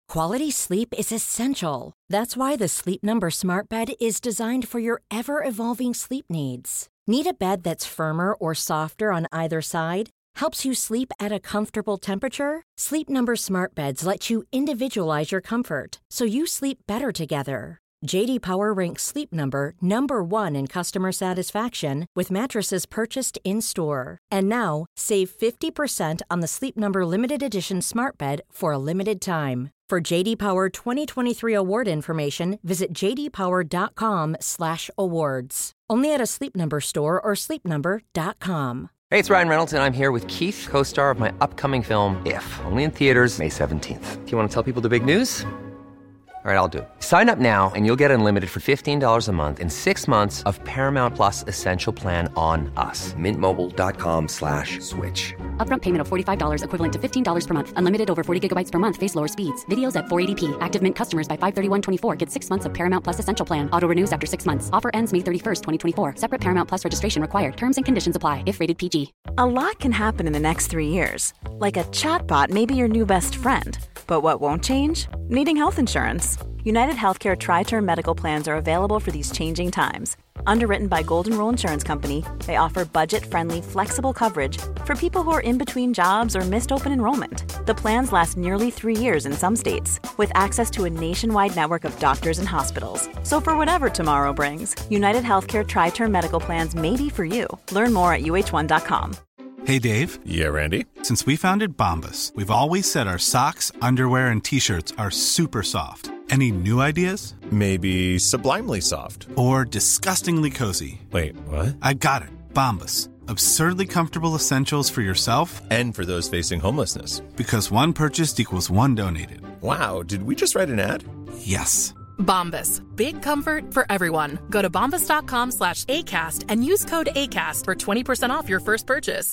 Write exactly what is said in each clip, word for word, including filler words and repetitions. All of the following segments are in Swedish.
Quality sleep is essential. That's why the Sleep Number Smart Bed is designed for your ever-evolving sleep needs. Need a bed that's firmer or softer on either side? Helps you sleep at a comfortable temperature? Sleep Number Smart Beds let you individualize your comfort, so you sleep better together. J D Power ranks Sleep Number number one in customer satisfaction with mattresses purchased in-store. And now, save fifty percent on the Sleep Number Limited Edition Smart Bed for a limited time. For J D Power twenty twenty-three award information, visit j d power dot com slash awards. Only at a Sleep Number store or sleep number dot com. Hey, it's Ryan Reynolds, and I'm here with Keith, co-star of my upcoming film, If, only in theaters May seventeenth. Do you want to tell people the big news? All right, I'll do it. Sign up now and you'll get unlimited for fifteen dollars a month and six months of Paramount Plus Essential Plan on us. Mint Mobile dot com slash switch. Upfront payment of forty-five dollars equivalent to fifteen dollars per month. Unlimited over forty gigabytes per month. Face lower speeds. Videos at four eighty p. Active Mint customers by five thirty-one twenty-four get six months of Paramount Plus Essential Plan. Auto renews after six months. Offer ends May thirty-first, twenty twenty-four. Separate Paramount Plus registration required. Terms and conditions apply if rated P G. A lot can happen in the next three years. Like a chatbot may be your new best friend. But what won't change? Needing health insurance. United Healthcare Tri-Term Medical Plans are available for these changing times. Underwritten by Golden Rule Insurance Company, they offer budget-friendly, flexible coverage for people who are in between jobs or missed open enrollment. The plans last nearly three years in some states, with access to a nationwide network of doctors and hospitals. So for whatever tomorrow brings, United Healthcare Tri-Term Medical Plans may be for you. Learn more at u h one dot com. Hey, Dave. Yeah, Randy. Since we founded Bombas, we've always said our socks, underwear, and T-shirts are super soft. Any new ideas? Maybe sublimely soft. Or disgustingly cozy. Wait, what? I got it. Bombas. Absurdly comfortable essentials for yourself and for those facing homelessness. Because one purchased equals one donated. Wow, did we just write an ad? Yes. Bombas. Big comfort for everyone. Go to bombas dot com slash ACAST and use code ACAST for twenty percent off your first purchase.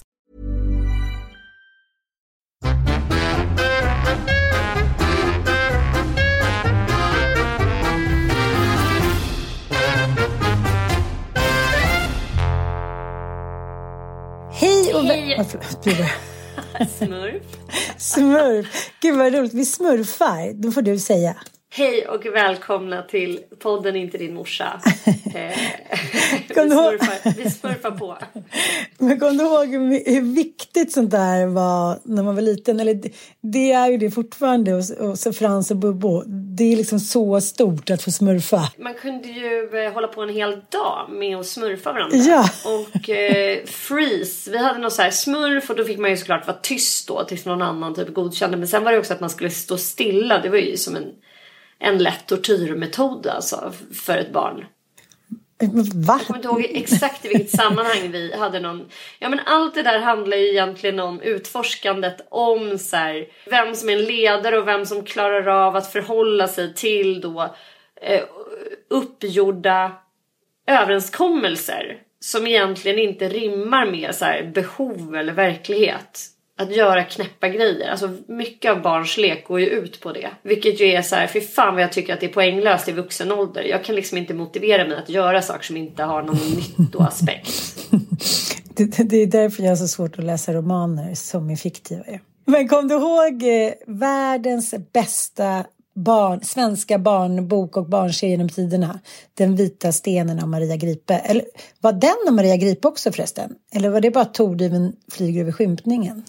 Hej och Hej. Vä- Smurf. Smurf. Gud vad roligt, vi smurfar. Då får du säga. Hej och välkomna till podden Inte din morsa. eh, vi, Kom du ihåg- smurfar, vi smurfar på. Men kom du ihåg hur hur viktigt sånt där var när man var liten? Eller det, det är ju det fortfarande. Och, och så Frans och Bubbo. Det är liksom så stort att få smurfa. Man kunde ju eh, hålla på en hel dag med att smurfa varandra. Ja. Och eh, freeze. Vi hade någon så här smurf och då fick man ju såklart vara tyst då tills någon annan typ godkände. Men sen var det också att man skulle stå stilla. Det var ju som en... En lätt tortyrmetod alltså för ett barn. Va? Jag kommer inte ihåg exakt i vilket sammanhang vi hade någon... Ja men allt det där handlar ju egentligen om utforskandet om så här, vem som är en ledare och vem som klarar av att förhålla sig till då eh, uppgjorda överenskommelser som egentligen inte rimmar med så här, behov eller verklighet. Att göra knäppa grejer. Alltså mycket av barns lek går ju ut på det. Vilket ju är så här, för fan vad jag tycker att det är poänglöst i vuxen ålder. Jag kan liksom inte motivera mig att göra saker som inte har någon nyttoaspekt. det, det är därför jag har så svårt att läsa romaner som är fiktiva. Men kom du ihåg eh, världens bästa barn, svenska barnbok och barnserie genom tiderna? Den vita stenen av Maria Gripe. Eller var den av Maria Gripe också förresten? Eller var det bara Tordyven flyger över skymtningen?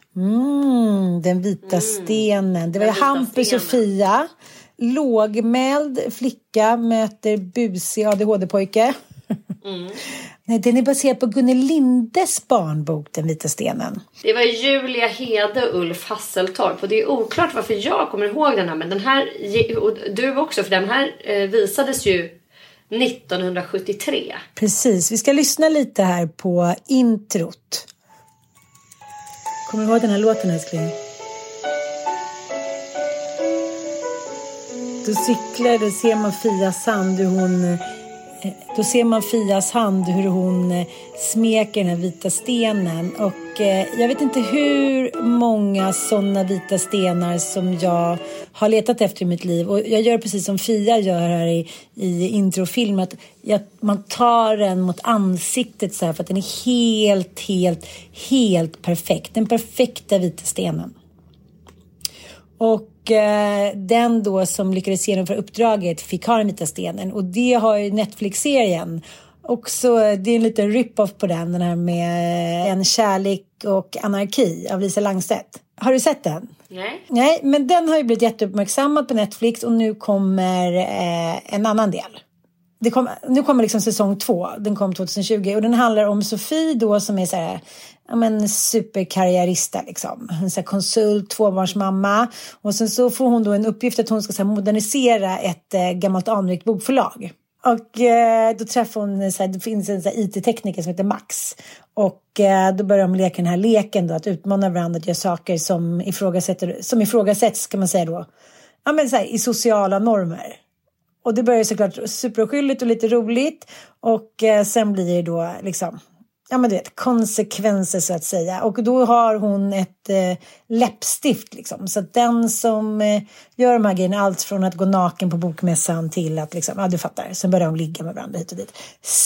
Mm, den vita mm. stenen. Det var ju Hampus stenen. Och Fia. Lågmäld flicka möter busig A D H D-pojke. Mm. Nej, den är baserad på Gunnel Lindes barnbok Den vita stenen. Det var Julia Hede och Ulf Hasseltorp. Och det är oklart varför jag kommer ihåg den här. Men den här, och du också, för den här visades ju nittonhundrasjuttiotre. Precis, vi ska lyssna lite här på introt. Kommer du ihåg den här låten, älskling? Då cyklar, då ser man Fias hand hur hon... Då ser man Fias hand hur hon smeker den här vita stenen. Och jag vet inte hur många sådana vita stenar som jag har letat efter i mitt liv. Och jag gör precis som Fia gör här i, i introfilm. Att jag, man tar den mot ansiktet så här för att den är helt, helt, helt perfekt. Den perfekta vita stenen. Och Och eh, den då som lyckades genomföra uppdraget fick ha den vita stenen. Och det har ju Netflix-serien. Också, det är en liten rip-off på den. Den här med En kärlek och anarki av Lisa Langstedt. Har du sett den? Nej. Nej, men den har ju blivit jätteuppmärksammad på Netflix. Och nu kommer eh, en annan del. Det kom, nu kommer liksom säsong två. Den kom tjugohundratjugo. Och den handlar om Sofie då som är så här... Ja, men superkarriärista liksom. En så här konsult, tvåbarnsmamma. Och sen så får hon då en uppgift att hon ska så här modernisera ett eh, gammalt anrikt bokförlag. Och eh, då träffar hon, så här, det finns en så här I T-tekniker som heter Max. Och eh, då börjar de leka den här leken då. Att utmana varandra att göra saker som, ifrågasätter, som ifrågasätts kan man säga då. Ja men så här, i sociala normer. Och det börjar såklart superskyldigt och lite roligt. Och eh, sen blir det då liksom... Ja men du vet, konsekvenser så att säga. Och då har hon ett eh, läppstift liksom. Så att den som eh, gör de här grejerna, allt från att gå naken på bokmässan till att liksom, ja du fattar. Sen börjar de ligga med varandra hit och dit.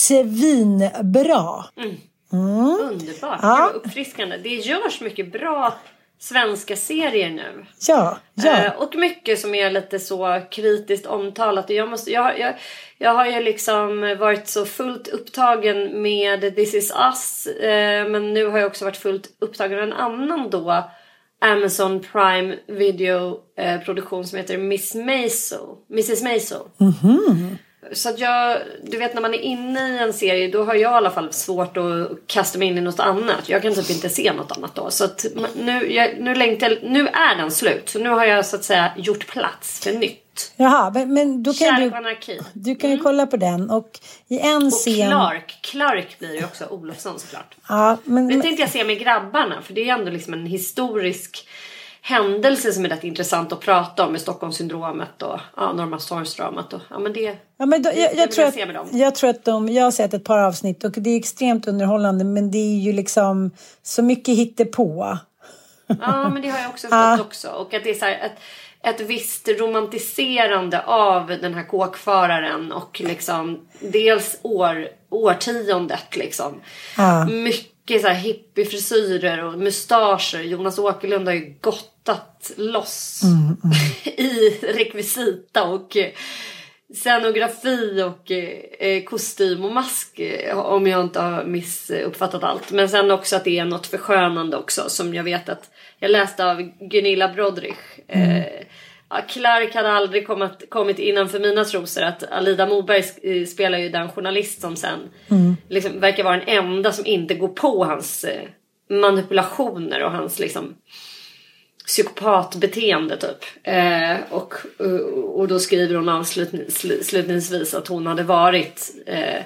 Svinbra! Mm. Mm. Underbart, ja. Det uppfriskande. Det görs mycket bra svenska serier nu. Ja, ja. Eh, och mycket som är lite så kritiskt omtalat. Jag, måste, jag, jag, jag har ju liksom varit så fullt upptagen med This Is Us. Eh, men nu har jag också varit fullt upptagen med en annan då. Amazon Prime Video eh, produktion som heter Miss Maisel. missus Maisel. Mhm. Så att jag, du vet när man är inne i en serie då har jag i alla fall svårt att kasta mig in i något annat. Jag kan typ inte se något annat då. Så att nu, jag, nu, längtar, nu är den slut. Så nu har jag så att säga gjort plats för nytt. Jaha, men, men då kan Kärlek och du, anarki. du kan ju Mm. kolla på den. Och i en Och scen... Clark, Clark blir ju också Olofsson såklart. Ja, men... Det tänkte jag se med grabbarna. För det är ändå liksom en historisk händelse som är rätt intressant att prata om med Stockholmssyndromet och ja, Norrmalmstorgsdramat och ja men det ja, men då, jag, jag, jag, tror se med att, dem. jag tror att de, jag har sett ett par avsnitt och det är extremt underhållande men det är ju liksom så mycket hittepå. Ja men det har jag också förstått också och att det är så här ett, ett visst romantiserande av den här kåkfararen och liksom dels år, årtiondet liksom. Ja. Mycket så här hippiefrisyrer och mustascher. Jonas Åkerlund har ju gottat loss mm, mm. i rekvisita och scenografi och eh, kostym och mask eh, om jag inte har missuppfattat allt. Men sen också att det är något förskönande också som jag vet att jag läste av Gunilla Brodrich. Mm. Eh, Clark hade aldrig kommit, kommit innanför mina trosor att Alida Moberg spelar ju den journalist som sen mm. liksom, verkar vara den enda som inte går på hans eh, manipulationer och hans liksom psykopatbeteende typ. Eh, och, och då skriver hon avslutningsvis att hon hade varit eh,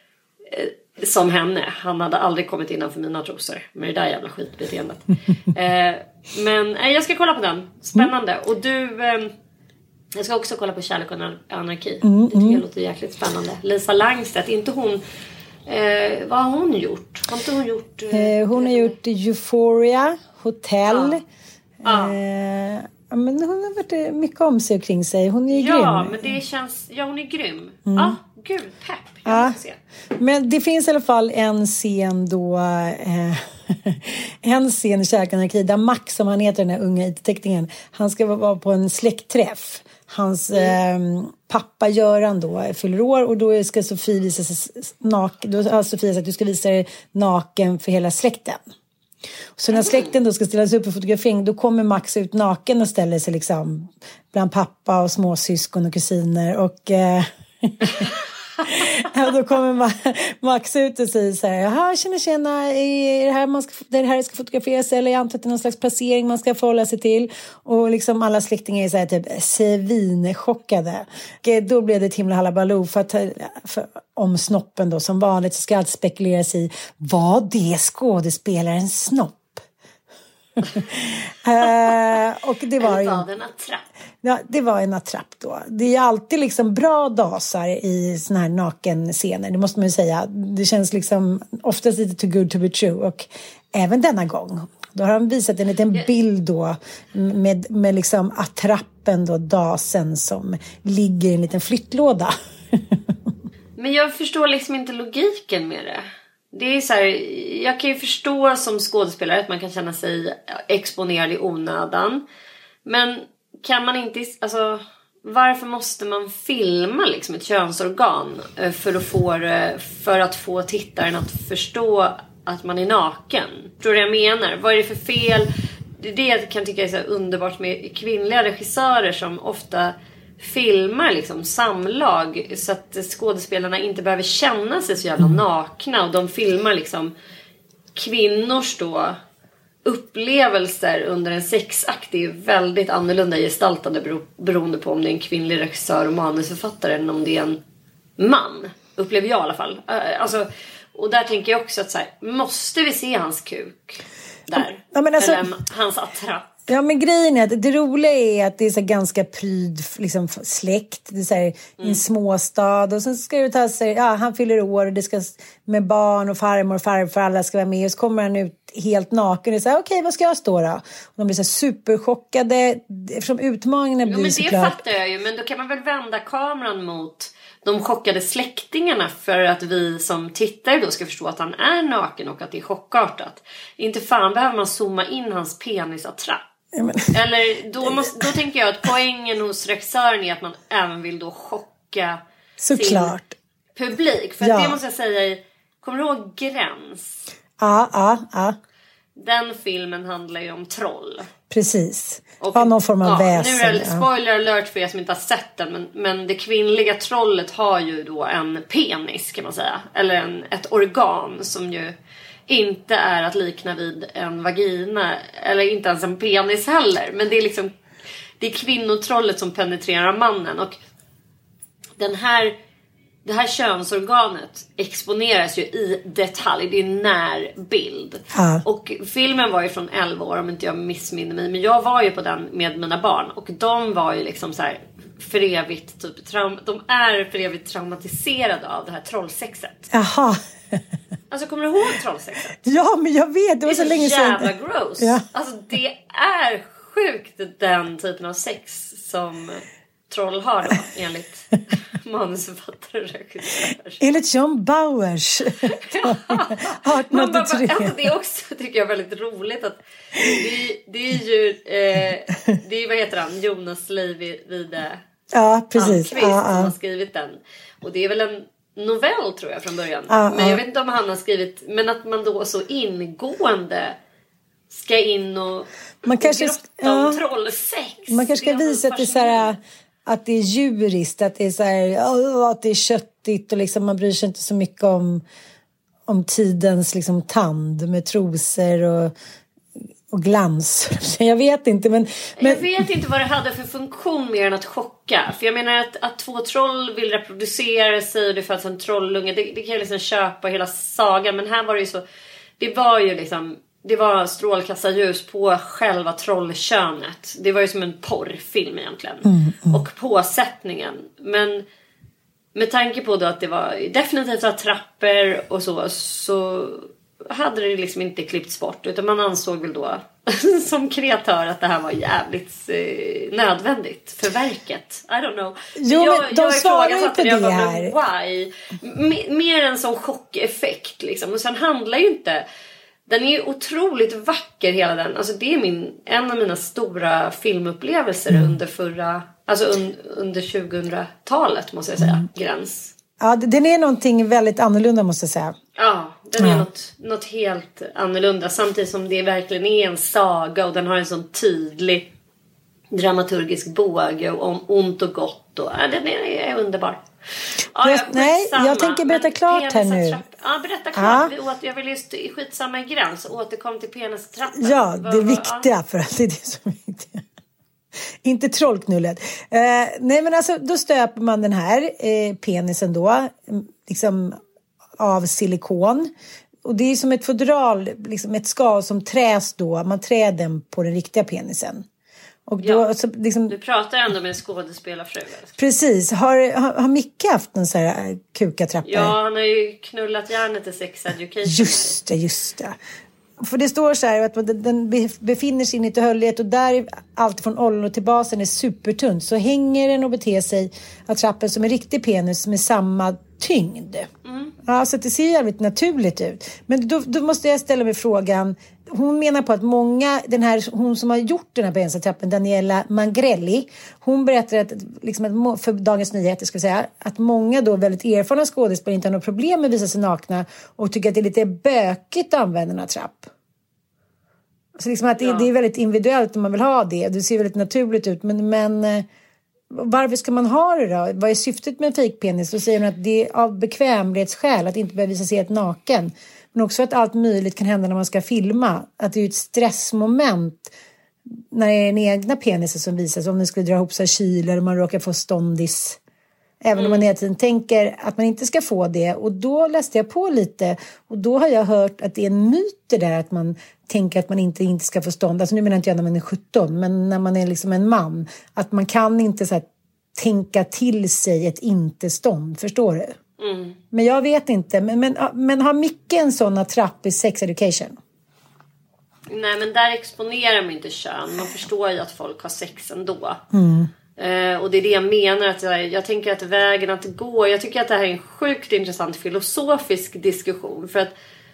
som henne. Han hade aldrig kommit innanför mina trosor med det där jävla skitbeteendet. eh, men eh, jag ska kolla på den. Spännande. Mm. Och du... Eh, jag ska också kolla på Kärlek och anarki. Mm, det tycker jag mm. låter jäkligt spännande. Lisa Langstedt, inte hon... Eh, vad har hon gjort? Har inte hon gjort... Eh, eh, hon har gjort Euphoria, Hotel... Ja. Ja. Eh, men hon har varit mycket om sig och kring sig. Hon är ju ja, grym. Ja, men det känns... Ja, hon är grym. Mm. Ah, gud, pepp. Jag ja. måste se. Men det finns i alla fall en scen då... Eh, en scen i Kärlek och anarki där Max, som han heter, den här unga I T-teckningen, han ska vara på en släktträff. Hans mm. eh, pappa Göran då fyller år och då ska Sofie visa sig naken. Då har Sofie sagt att du ska visa dig naken för hela släkten. Så när släkten då ska ställas upp för fotografering, då kommer Max ut naken och ställer sig liksom bland pappa och småsyskon och kusiner. Och eh, då kommer Max ut och säger så här: jaha, tjena tjena, är det här, man ska, det här ska fotograferas, eller jag antar att det är någon slags placering man ska förhålla sig till. Och liksom alla släktingar är så här typ svinchockade. Och då blev det ett himla halabaloo för att för, om snoppen då, som vanligt så ska allt spekuleras i, vad det skådespelarens snopp? uh, och det var ju en attrapp. Ja, det var en attrapp då. Det är alltid liksom bra dasar i såna här nakenscener, det måste man ju säga. Det känns liksom oftast lite too good to be true. Och även denna gång, då har han visat en liten bild då med, med liksom attrappen då, dasen som ligger i en liten flyttlåda. Men jag förstår liksom inte logiken med det. Det är så här, jag kan ju förstå som skådespelare att man kan känna sig exponerad i onödan. Men kan man inte, alltså varför måste man filma liksom ett könsorgan för att få för att få tittaren att förstå att man är naken? Tror du jag menar? Vad är det för fel? Det är det jag kan tycka är så underbart med kvinnliga regissörer som ofta filmar liksom samlag så att skådespelarna inte behöver känna sig så jävla nakna, och de filmar liksom kvinnors då upplevelser under en sexakt är väldigt annorlunda gestaltade bero, beroende på om det är en kvinnlig regissör och manusförfattare eller om det är en man, upplever jag i alla fall. Alltså, och där tänker jag också att så här, måste vi se hans kuk där? Ja, men alltså, eller hans attrapp? Ja, men grejen är att det roliga är att det är så ganska pryd liksom, släkt. Det är så här, mm. i en småstad. Och sen ska det ta sig, ja, han fyller år och det ska med barn och farmor och farfar, alla ska vara med. Och så kommer han ut helt naken och säger, okej, vad ska jag stå då? Och de blir så här superchockade. Eftersom utmaningarna blir jo, men så det klart... fattar jag ju, men då kan man väl vända kameran mot de chockade släktingarna för att vi som tittare då ska förstå att han är naken och att det är chockartat. Inte fan behöver man zooma in hans penisattrapp. Ja, men... Eller då, måste, då tänker jag att poängen hos regissören är att man även vill då chocka såklart sin publik. För ja. Det måste jag säga, kommer du ihåg Gräns? Ja, ja, ja. Den filmen handlar ju om troll. Precis. Och, ja, någon form av ja, väsen. Nu är det spoiler alert för er som inte har sett den. Men, men det kvinnliga trollet har ju då en penis kan man säga. Eller en, ett organ som ju inte är att likna vid en vagina. Eller inte ens en penis heller. Men det är liksom, det är kvinnotrollet som penetrerar mannen. Och den här, det här könsorganet exponeras ju i detalj. Det är närbild. Ja. Och filmen var ju från elva år om inte jag missminner mig. Men jag var ju på den med mina barn. Och de var ju liksom så här för evigt typ traum- de är för evigt traumatiserade av det här trollsexet. Jaha. Alltså kommer du ihåg trollsexet? Ja, men jag vet. Det var det så, så länge sedan. Det är jävla gross. Ja. Alltså det är sjukt den typen av sex som troll har då, enligt manusförfattare och regissör. Enligt John Bowers. arton åttiotre. Alltså det är också, tycker jag, väldigt roligt att det, det är ju eh, det är, vad heter han? Jonas Leivide. Ja, precis. Almqvist ja, ja. som har skrivit den. Och det är väl en novell tror jag från början. Ja, men ja. jag vet inte om han har skrivit, men att man då så ingående ska in och man kanske grotta ja, om trollsex. Man kanske ska visa att det är så här, att det är djuriskt, att det är så här, att det är köttigt och liksom man bryr sig inte så mycket om om tidens liksom tand med trosor och och glans. Jag vet inte men, men jag vet inte vad det hade för funktion mer än att chocka. För jag menar att, att två troll vill reproducera sig och det föds en trollunge, det, det kan jag liksom köpa hela sagan, men här var det ju så, det var ju liksom, det var strålkastarljus på själva trollkönet. Det var ju som en porrfilm egentligen. Mm, mm. Och påsättningen. Men med tanke på då att det var definitivt attrapper och så, så hade det liksom inte klippts bort. Utan man ansåg väl då som kreatör att det här var jävligt eh, nödvändigt för verket. I don't know. Jo, jag, men de jag svarar ju på det bara, här. Why? M- mer en sån chockeffekt liksom. Och sen handlar ju inte... Den är ju otroligt vacker hela den. Alltså det är min, en av mina stora filmupplevelser mm. under förra... Alltså un, under tjugohundratalet måste jag säga. Mm. Gräns. Ja, den är någonting väldigt annorlunda måste jag säga. Ja, den är ja. något, något helt annorlunda. Samtidigt som det verkligen är en saga. Och den har en sån tydlig dramaturgisk båge. Och om ont och gott. Och, ja, den är, är underbar. Ja, jag, nej, jag tänker berätta klart här nu. Ja, berätta klart. Ja. Vi åt, jag vill just skitsamma i gräns. Återkom till penistrappan. Ja, det är viktiga ja. För att det är det som är viktigt. Inte trollknullet. Eh, nej, men alltså då stöper man den här eh, penisen då. Liksom av silikon. Och det är som ett fodral, liksom ett skal som träs då. Man trär den på den riktiga penisen. Och då, ja, så liksom, du pratar ändå med en skådespelarfru. Precis. Har, har, har Micke haft en sån här kukatrappa? Ja, han har ju knullat hjärnet i Sex Education. Just det, just det. För det står så här att den befinner sig inne i höljet och där allt från ollon till basen är supertunt. Så hänger den och beter sig av trappen som en riktig penis med samma tyngd. Mm. Mm. Ja, så det ser jävligt naturligt ut. Men då, då måste jag ställa mig frågan. Hon menar på att många, den här, hon som har gjort den här penisattrappen, Daniela Mangrelli, hon berättar att, liksom att, för Dagens Nyheter ska jag säga, att många då väldigt erfarna skådespelare inte har något problem med att visa sig nakna och tycker att det är lite bökigt att använda den här trapp. Så liksom att det, ja. det är väldigt individuellt om man vill ha det. Det ser väldigt naturligt ut. Men, men varför ska man ha det då? Vad är syftet med en fejkpenis? Då säger hon att det är av bekvämlighetsskäl att inte behöva visa sig helt naken. Men också att allt möjligt kan hända när man ska filma. Att det är ett stressmoment när det är den egna penisen som visas. Om den skulle dra ihop sig kil eller man råkar få ståndis. Även mm. om man hela tiden tänker att man inte ska få det. Och då läste jag på lite. Och då har jag hört att det är en myt det där att man tänker att man inte, inte ska få stånd. Alltså nu menar inte jag när man är sjutton. Men när man är liksom en man. Att man kan inte så här, tänka till sig ett inte-stånd. Förstår du? Mm. Men jag vet inte. Men, men, men har Micke en sån trapp i sex education? Nej, men där exponerar man inte kön. Man förstår ju att folk har sex ändå. Mm. Uh, och det är det jag menar. Att jag, jag tänker att vägen att gå. Jag tycker att det här är en sjukt intressant filosofisk diskussion. För att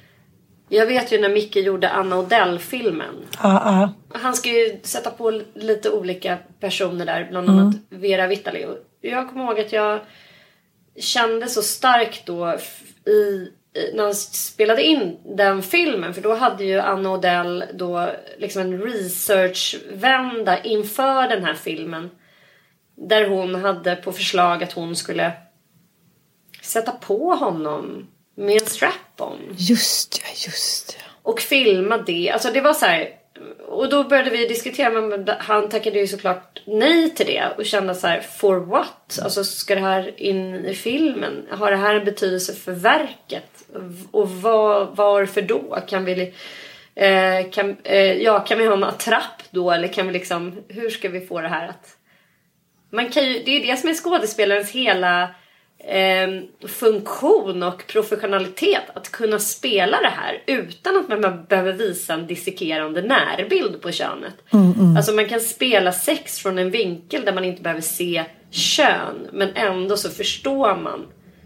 jag vet ju när Micke gjorde Anna Odell-filmen. Uh-uh. Han ska ju sätta på lite olika personer där. Bland annat mm. Vera Vitali. Och jag kommer ihåg att jag kände så starkt då i, när han spelade in den filmen. För då hade ju Anna Odell då liksom en researchvända inför den här filmen. Där hon hade på förslag att hon skulle sätta på honom med en strap-on. Just ja, just ja. Och filma det. Alltså det var så här. Och då började vi diskutera. Men han tackade ju såklart nej till det. Och kände så här, for what? Alltså ska det här in i filmen? Har det här en betydelse för verket? Och vad, varför då? Kan vi... Eh, kan, eh, ja, kan vi ha en attrapp då? Eller kan vi liksom... Hur ska vi få det här att... Man kan ju, det är det som är skådespelarens hela eh, funktion och professionalitet. Att kunna spela det här utan att man behöver visa en dissekerande närbild på könet. Mm, mm. Alltså man kan spela sex från en vinkel där man inte behöver se kön. Men ändå så förstår man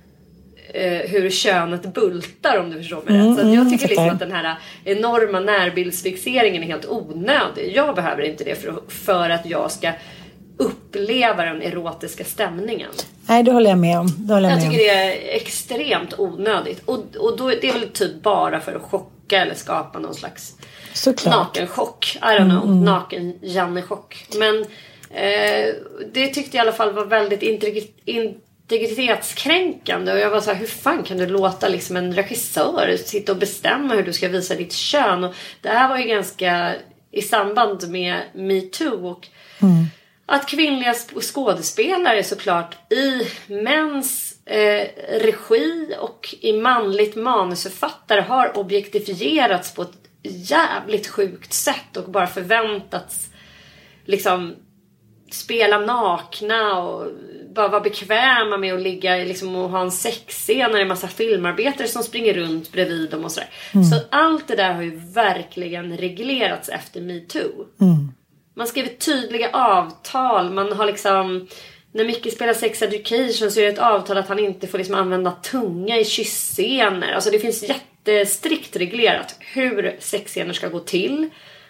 eh, hur könet bultar, om du förstår mig mm, rätt. Så jag tycker mm, liksom att den här enorma närbildsfixeringen är helt onödig. Jag behöver inte det för, för att jag ska... uppleva den erotiska stämningen. Nej, det håller jag med om. Det håller jag jag med tycker om. det är extremt onödigt. Och, och då, det är väl typ bara för att chocka eller skapa någon slags Såklart. nakenchock. I don't know. Mm, mm. Naken Janne-chock. Men eh, det tyckte jag i alla fall var väldigt integrit- integritetskränkande. Och jag var så här, hur fan kan du låta liksom en regissör sitta och bestämma hur du ska visa ditt kön? Och det här var ju ganska i samband med Me Too och mm. att kvinnliga skådespelare såklart i mäns eh, regi och i manligt manusförfattare har objektifierats på ett jävligt sjukt sätt och bara förväntats liksom spela nakna och bara vara bekväma med att ligga liksom, och ha en sexscen när det är en massa filmarbetare som springer runt bredvid dem och sådär. Mm. Så allt det där har ju verkligen reglerats efter Me Too. Mm. Man skriver tydliga avtal. Man har liksom... När Micke spelar Sex Education så är det ett avtal att han inte får liksom använda tunga i kyssscener. Alltså det finns jättestrikt reglerat hur sexscener ska gå till.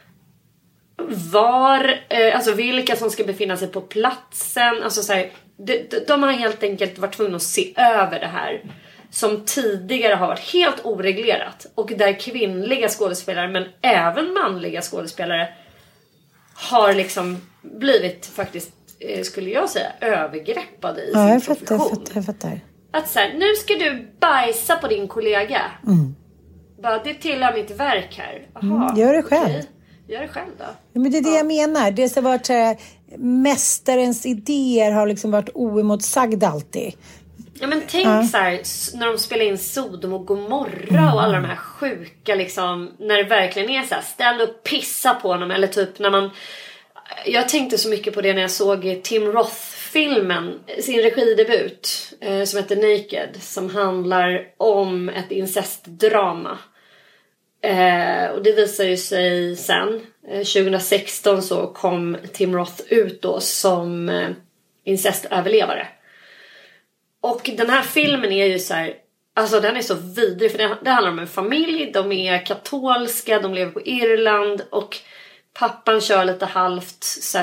Var... Eh, alltså vilka som ska befinna sig på platsen. Alltså så här, de, de, de har helt enkelt varit tvungna att se över det här. Som tidigare har varit helt oreglerat. Och där kvinnliga skådespelare men även manliga skådespelare har liksom blivit faktiskt, skulle jag säga, övergreppade i ja, sin jag profession. Fattar, jag fattar, jag fattar. Att så här, nu ska du bajsa på din kollega. Mm. Bara, det tillhör mitt verk här. Aha, mm, gör det själv. Okay. Gör det själv då. Ja, men det är det ja. jag menar. Det har varit så här, mästarens idéer har liksom varit oemotsagda alltid. Ja men tänk ja. så här, när de spelar in Sodom och Gomorra mm. och alla de här sjuka liksom, när det verkligen är så här, ställ upp, pissa på honom eller typ när man, jag tänkte så mycket på det när jag såg Tim Roth-filmen, sin regidebut eh, som heter Naked, som handlar om ett incestdrama. Eh, och det visar ju sig sen eh, tjugo sexton så kom Tim Roth ut då som eh, incestöverlevare. Och den här filmen är ju så här Alltså den är så vidrig, för det, det handlar om en familj. De är katolska, de lever på Irland och pappan kör lite halvt så här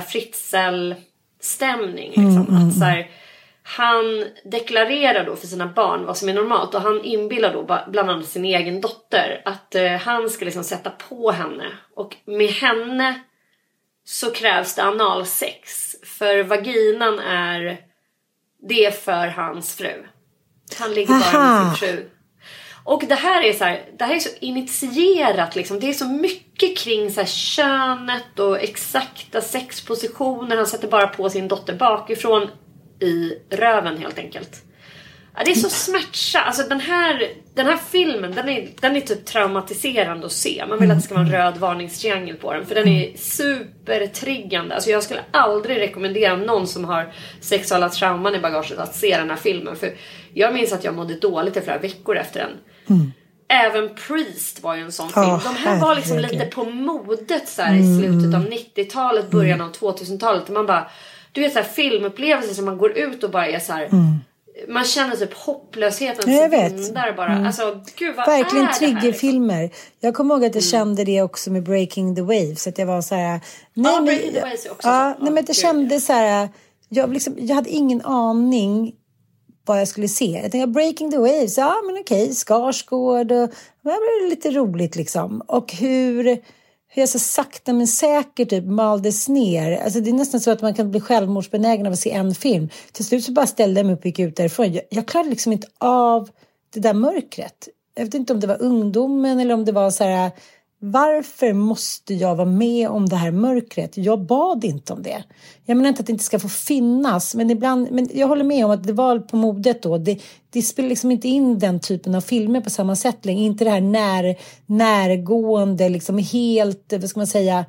Fritzl-stämning. Liksom. Mm, mm. Att, så här, han deklarerar då för sina barn vad som är normalt. Och han inbillar då bland annat sin egen dotter att eh, han ska liksom sätta på henne. Och med henne så krävs det analsex. För vaginan är det är för hans fru. Han ligger bara Aha. med sin fru. Och det här är så här, det här är så initierat liksom. Det är så mycket kring så här könet och exakta sexpositioner. Han sätter bara på sin dotter bakifrån i röven helt enkelt. Ja, det är så smärtsamt. Alltså den här, den här filmen, den är, den är typ traumatiserande att se. Man vill att det ska vara en röd varningstriangel på den. För den är supertriggande. Alltså jag skulle aldrig rekommendera någon som har sexuella trauman i bagaget att se den här filmen. För jag minns att jag mådde dåligt i flera veckor efter den. Mm. Även Priest var ju en sån film. Oh, De här var liksom lite på modet så här, i slutet av nittiotalet, början av tvåtusentalet. Och man bara, du vet så här filmupplevelser som man går ut och bara är så här... Mm. Man känner typ hopplösheten. Jag vet. Där bara. Mm. Alltså, gud, vad verkligen är det här, triggerfilmer. liksom? Jag kommer ihåg att jag mm. kände det också med Breaking the Waves. Att jag var så här... Nej, ja, men, Breaking the Waves är också ja, så. nej, men jag kände så här... Jag, liksom, jag hade ingen aning vad jag skulle se. Jag tänkte, Breaking the Waves, ja men okej, Skarsgård och det blev lite roligt liksom. Och hur, hur jag så sakta men säkert typ maldes ner. Alltså det är nästan så att man kan bli självmordsbenägen av att se en film. Till slut så bara ställde jag mig upp och gick ut därifrån. Jag, jag klarade liksom inte av det där mörkret. Jag vet inte om det var ungdomen eller om det var så här... Varför måste jag vara med om det här mörkret? Jag bad inte om det. Jag menar inte att det inte ska få finnas. Men ibland, men jag håller med om att det var på modet då. Det, det spelar liksom inte in den typen av filmer på samma sätt längre. Inte det här när, närgående, liksom helt, vad ska man säga,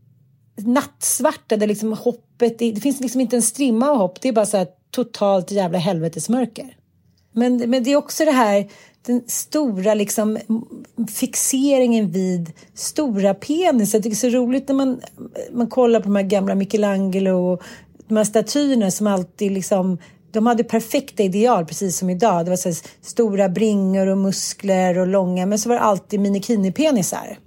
nattsvarta. Där liksom hoppet, det finns liksom inte en strimma av hopp. Det är bara så här totalt jävla helvetesmörker. Men, men det är också det här... Den stora liksom fixeringen vid stora penis. Jag tycker det är så roligt när man, man kollar på de här gamla Michelangelo och de här statyerna som alltid liksom, de hade perfekta ideal precis som idag. Det var så här stora bringor och muskler och långa, men så var det alltid minikini-penisar.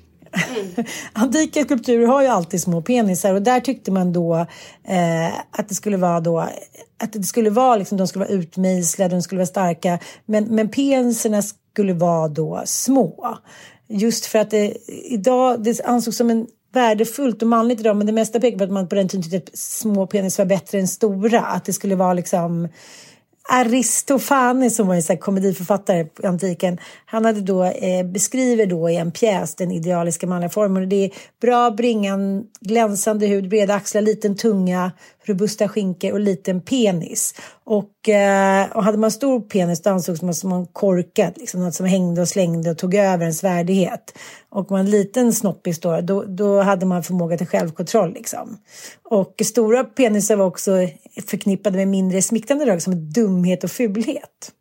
Mm. Antika skulpturer har ju alltid små penisar och där tyckte man då eh, att det skulle vara då att det skulle vara liksom, de skulle vara utmejslade, de skulle vara starka, men, men peniserna skulle vara då små, just för att det idag det ansågs som en värdefullt och manligt idag, men det mesta pekar på att man på den tiden tyckte att små penis var bättre än stora, att det skulle vara liksom Aristofanes som var en sån här komediförfattare på antiken. Han hade då eh, beskriver då i en pjäs den idealiska manliga formen. Och det är bra bringan, glänsande hud, breda axlar, liten tunga, robusta skinkor och liten penis. Och, eh, och hade man stor penis då ansågs man som en korkad, liksom något som hängde och slängde och tog över ens värdighet. Och man en liten snoppis då, då, då hade man förmåga till självkontroll liksom. Och stora penisar var också förknippade med mindre smickrande drag som dumhet och fulhet.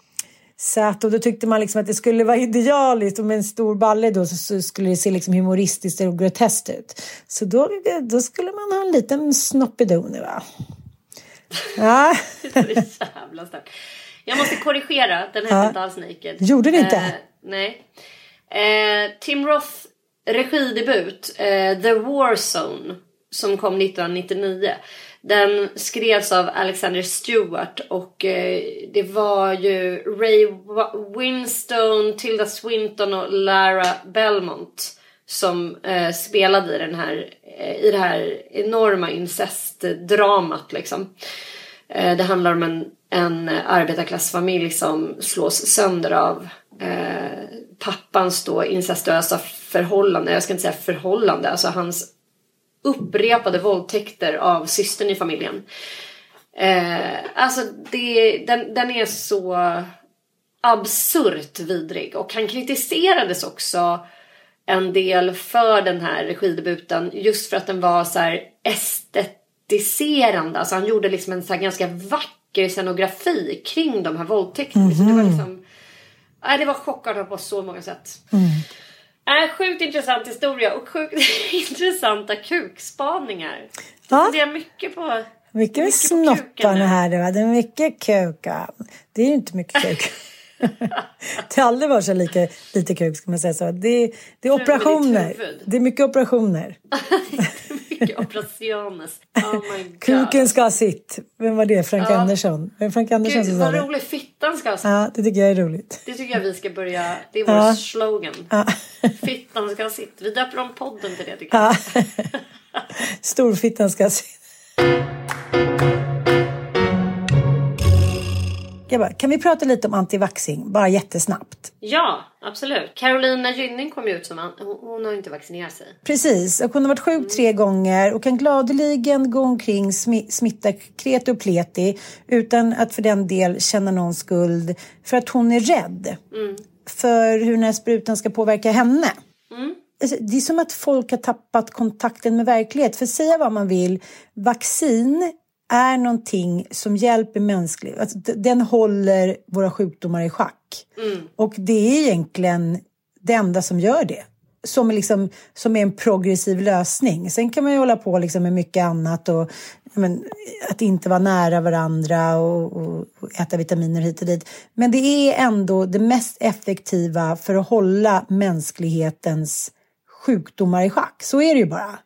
Så att, och då tyckte man liksom att det skulle vara idealiskt och med en stor balle då så, så skulle det se liksom humoristiskt och groteskt ut. Så då, då skulle man ha en liten snoppidone, va? Ja. Det är så jävla starkt. Jag måste korrigera, den heter ja. Inte alls Naked. Gjorde det inte? Eh, nej. Eh, Tim Roth regidebut eh, The War Zone som kom nittonhundranittionio. Den skrevs av Alexander Stewart och eh, det var ju Ray Winstone, Tilda Swinton och Lara Belmont som eh, spelade i den här eh, i det här enorma incestdramat liksom. Eh, det handlar om en en arbetarklassfamilj som slås sönder av eh, pappans då incestuösa förhållande. Jag ska inte säga förhållande, alltså hans upprepade våldtäkter av systern i familjen. Eh, alltså det, den, den är så absurt vidrig. Och han kritiserades också en del för den här regidebuten just för att den var så här estetiserande. Alltså han gjorde liksom en så här ganska vacker scenografi kring de här våldtäkterna. Mm-hmm. Så det var liksom, nej, det var chockande på så många sätt. Mm. Äh, sjukt intressant historia och sjukt intressanta kukspaningar. Ja. Det är mycket på mycket, mycket snopparna här. Det är mycket kuka. Det är ju inte mycket kuk. Det har aldrig varit så lika, lite kuk, ska man säga så. Det, det är operationer. Det är mycket operationer. Mycket operationer. Oh my God. Kuken ska ha sitt. Vem var det? Frank ja. Andersson. Vem Frank Andersson Gud, som vad sa roligt. Fittan ska ha sitt. Ja, det tycker jag är roligt. Det tycker jag vi ska börja. Det är vår ja. slogan. Ja. Fittan ska ha sitt. Vi döper om podden till det, tycker jag. Ja. Storfittan ska ha sitt. Jag bara, kan vi prata lite om antivaxing? Bara jättesnabbt. Ja, absolut. Carolina Gynning kom ju ut som... Hon, hon har inte vaccinerat sig. Precis. Och hon har varit sjuk mm. tre gånger. Och kan gladeligen gå omkring sm- smitta kreti och pleti. Utan att för den del känna någon skuld. För att hon är rädd. Mm. För hur den här sprutan ska påverka henne. Mm. Alltså, det är som att folk har tappat kontakten med verklighet. För säga vad man vill. Vaccin är någonting som hjälper mänskligt. Alltså, den håller våra sjukdomar i schack. Mm. Och det är egentligen det enda som gör det. Som är, liksom, som är en progressiv lösning. Sen kan man ju hålla på liksom med mycket annat. Och, men, att inte vara nära varandra och, och, och äta vitaminer hit och dit. Men det är ändå det mest effektiva för att hålla mänsklighetens sjukdomar i schack. Så är det ju bara.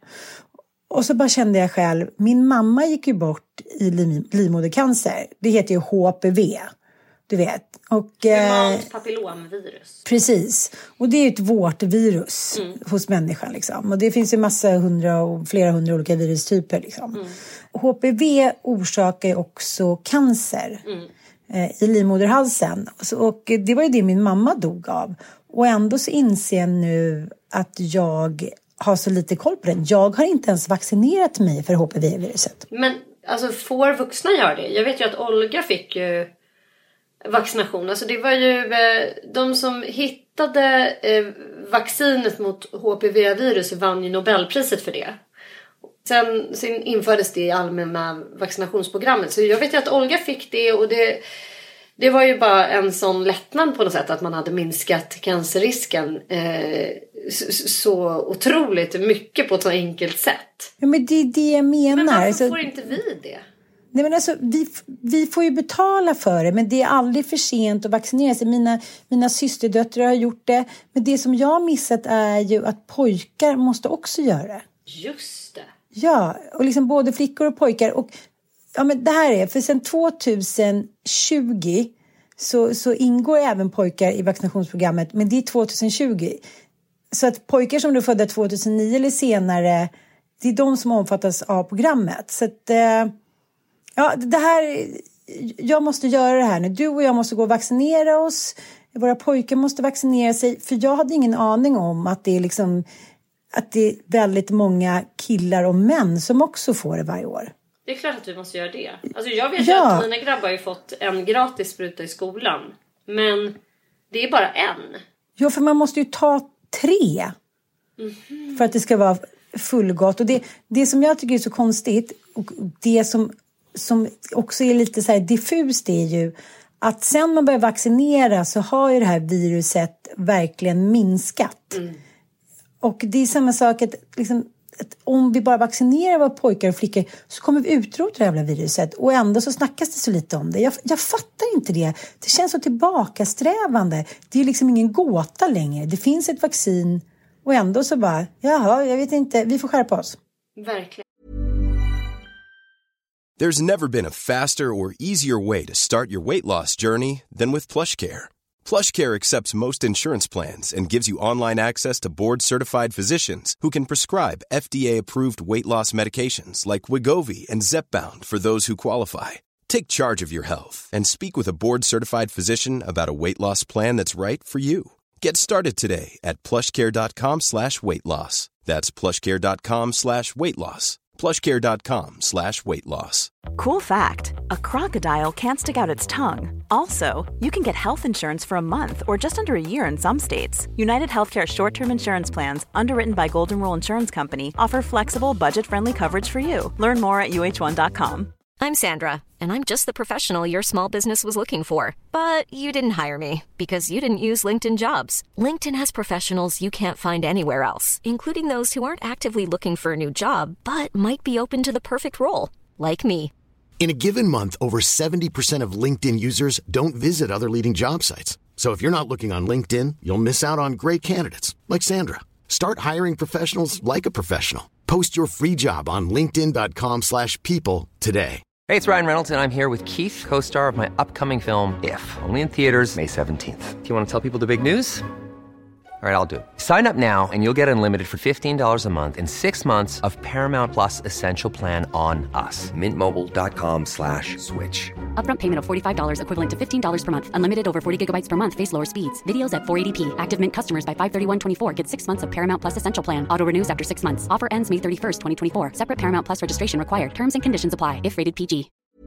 Och så bara kände jag själv, min mamma gick ju bort i liv, livmodercancer. Det heter ju H P V, du vet. Och, humant papillomvirus. Precis. Och det är ett vårtvirus mm. hos människan liksom. Och det finns ju massa hundra och flera hundra olika virustyper liksom. Mm. H P V orsakar ju också cancer mm. eh, i livmoderhalsen. Och, och det var ju det min mamma dog av. Och ändå så inser jag nu att jag har så lite koll på den. Jag har inte ens vaccinerat mig för H P V-viruset. Men alltså får vuxna göra det? Jag vet ju att Olga fick ju vaccination. Alltså det var ju eh, de som hittade eh, vaccinet mot H P V-virus vann ju Nobelpriset för det. Sen, sen infördes det i allmänna vaccinationsprogrammet. Så jag vet ju att Olga fick det och det... Det var ju bara en sån lättnad på något sätt att man hade minskat cancerrisken eh, så, så otroligt mycket på ett så enkelt sätt. Ja, men det är det jag menar. Men varför alltså, får inte vi det? Nej, men alltså, vi, vi får ju betala för det, men det är aldrig för sent att vaccinera sig. Mina, mina systerdöttrar har gjort det, men det som jag har missat är ju att pojkar måste också göra det. Just det. Ja, och liksom både flickor och pojkar och ja, men det här är, för sen tjugo så, så ingår även pojkar i vaccinationsprogrammet, men det är tjugo. Så att pojkar som är födda tjugohundranio eller senare, det är de som omfattas av programmet. Så att, ja, det här, jag måste göra det här nu. Du och jag måste gå och vaccinera oss. Våra pojkar måste vaccinera sig, för jag hade ingen aning om att det är liksom, att det är väldigt många killar och män som också får det varje år. Det är klart att vi måste göra det. Alltså jag vet ja. ju att mina grabbar har ju fått en gratis spruta i skolan. Men det är bara en. Ja, för man måste ju ta tre. Mm-hmm. För att det ska vara fullgott. Och det, det som jag tycker är så konstigt. Och det som, som också är lite så här diffust är ju. Att sen man börjar vaccinera så har ju det här viruset verkligen minskat. Mm. Och det är samma sak att liksom... att om vi bara vaccinerar våra pojkar och flickor så kommer vi utrota det jävla viruset. Och ändå så snackas det så lite om det. Jag, jag fattar inte det. Det känns så tillbakasträvande. Det är liksom ingen gåta längre. Det finns ett vaccin och ändå så bara, jaha, jag vet inte. Vi får skärpa oss. Verkligen. There's never been a faster or easier way to start your weight loss journey than with PlushCare. PlushCare accepts most insurance plans and gives you online access to board-certified physicians who can prescribe F D A-approved weight loss medications like Wegovy and Zepbound for those who qualify. Take charge of your health and speak with a board-certified physician about a weight loss plan that's right for you. Get started today at plushcare.com slash weight loss. That's plushcare.com slash weight loss. plushcare.com slash weight loss. Cool fact, a crocodile can't stick out its tongue. Also, you can get health insurance for a month or just under a year in some states. United Healthcare short-term insurance plans, underwritten by Golden Rule Insurance Company, offer flexible, budget-friendly coverage for you. Learn more at U H one dot com. I'm Sandra, and I'm just the professional your small business was looking for. But you didn't hire me because you didn't use LinkedIn Jobs. LinkedIn has professionals you can't find anywhere else, including those who aren't actively looking for a new job, but might be open to the perfect role, like me. In a given month, over seventy percent of LinkedIn users don't visit other leading job sites. So if you're not looking on LinkedIn, you'll miss out on great candidates like Sandra. Start hiring professionals like a professional. Post your free job on linkedin dot com slash people today. Hey, it's Ryan Reynolds, and I'm here with Keith, co-star of my upcoming film, If, only in theaters May seventeenth. Do you want to tell people the big news? All right, I'll do it. Sign up now and you'll get unlimited for fifteen dollars a month and six months of Paramount Plus Essential Plan on us. Mint Mobile dot com slash switch. Upfront payment of forty-five dollars equivalent to fifteen dollars per month. Unlimited over forty gigabytes per month. Face lower speeds. Videos at four eighty p. Active Mint customers by five thirty-one twenty-four get six months of Paramount Plus Essential Plan. Auto renews after six months. Offer ends May thirty-first, twenty twenty-four. Separate Paramount Plus registration required. Terms and conditions apply if rated P G.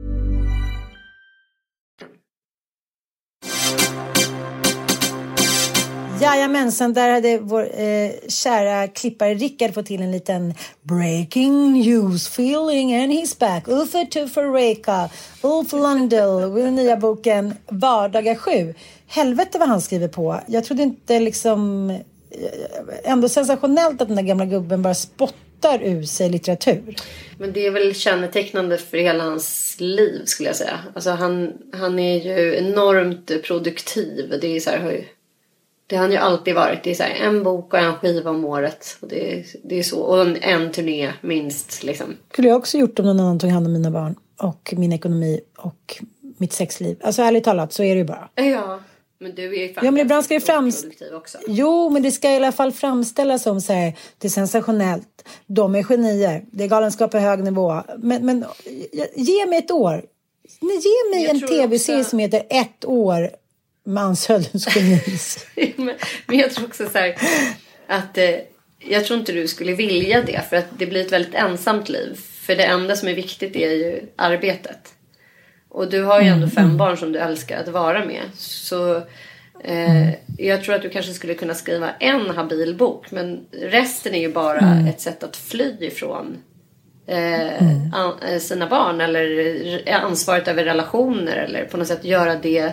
Jajamensan, där hade vår eh, kära klippare Rickard fått till en liten breaking news feeling, and he's back. Uffe Tufareka, Ulf Lundell, med den nya boken Vardagar sju. Helvete vad han skriver på. Jag trodde inte liksom, ändå sensationellt att den där gamla gubben bara spottar ur sig litteratur. Men det är väl kännetecknande för hela hans liv, skulle jag säga. Alltså han, han är ju enormt produktiv. Det är så här, det har han ju alltid varit. Det är så här, en bok och en skiva om året. Och det, är, det är så. Och en, en turné minst. Liksom. Skulle jag också gjort om någon annan tog hand om mina barn. Och min ekonomi och mitt sexliv. Alltså ärligt talat så är det ju bara. Ja, men du är ju fan ja, men ibland ska det frams- produktiv också. Jo, men det ska i alla fall framställas som så här, det är sensationellt. De är genier. Det är galenskap på hög nivå. Men, men ge mig ett år. Ge mig jag en tv-serie också som heter Ett år. Manshöldens genis. men, men jag tror också så här att eh, jag tror inte du skulle vilja det, för att det blir ett väldigt ensamt liv. För det enda som är viktigt är ju arbetet. Och du har ju ändå fem mm. barn som du älskar att vara med. Så eh, jag tror att du kanske skulle kunna skriva en habil bok, men resten är ju bara mm. ett sätt att fly ifrån eh, mm. an, sina barn eller ansvaret över relationer, eller på något sätt göra det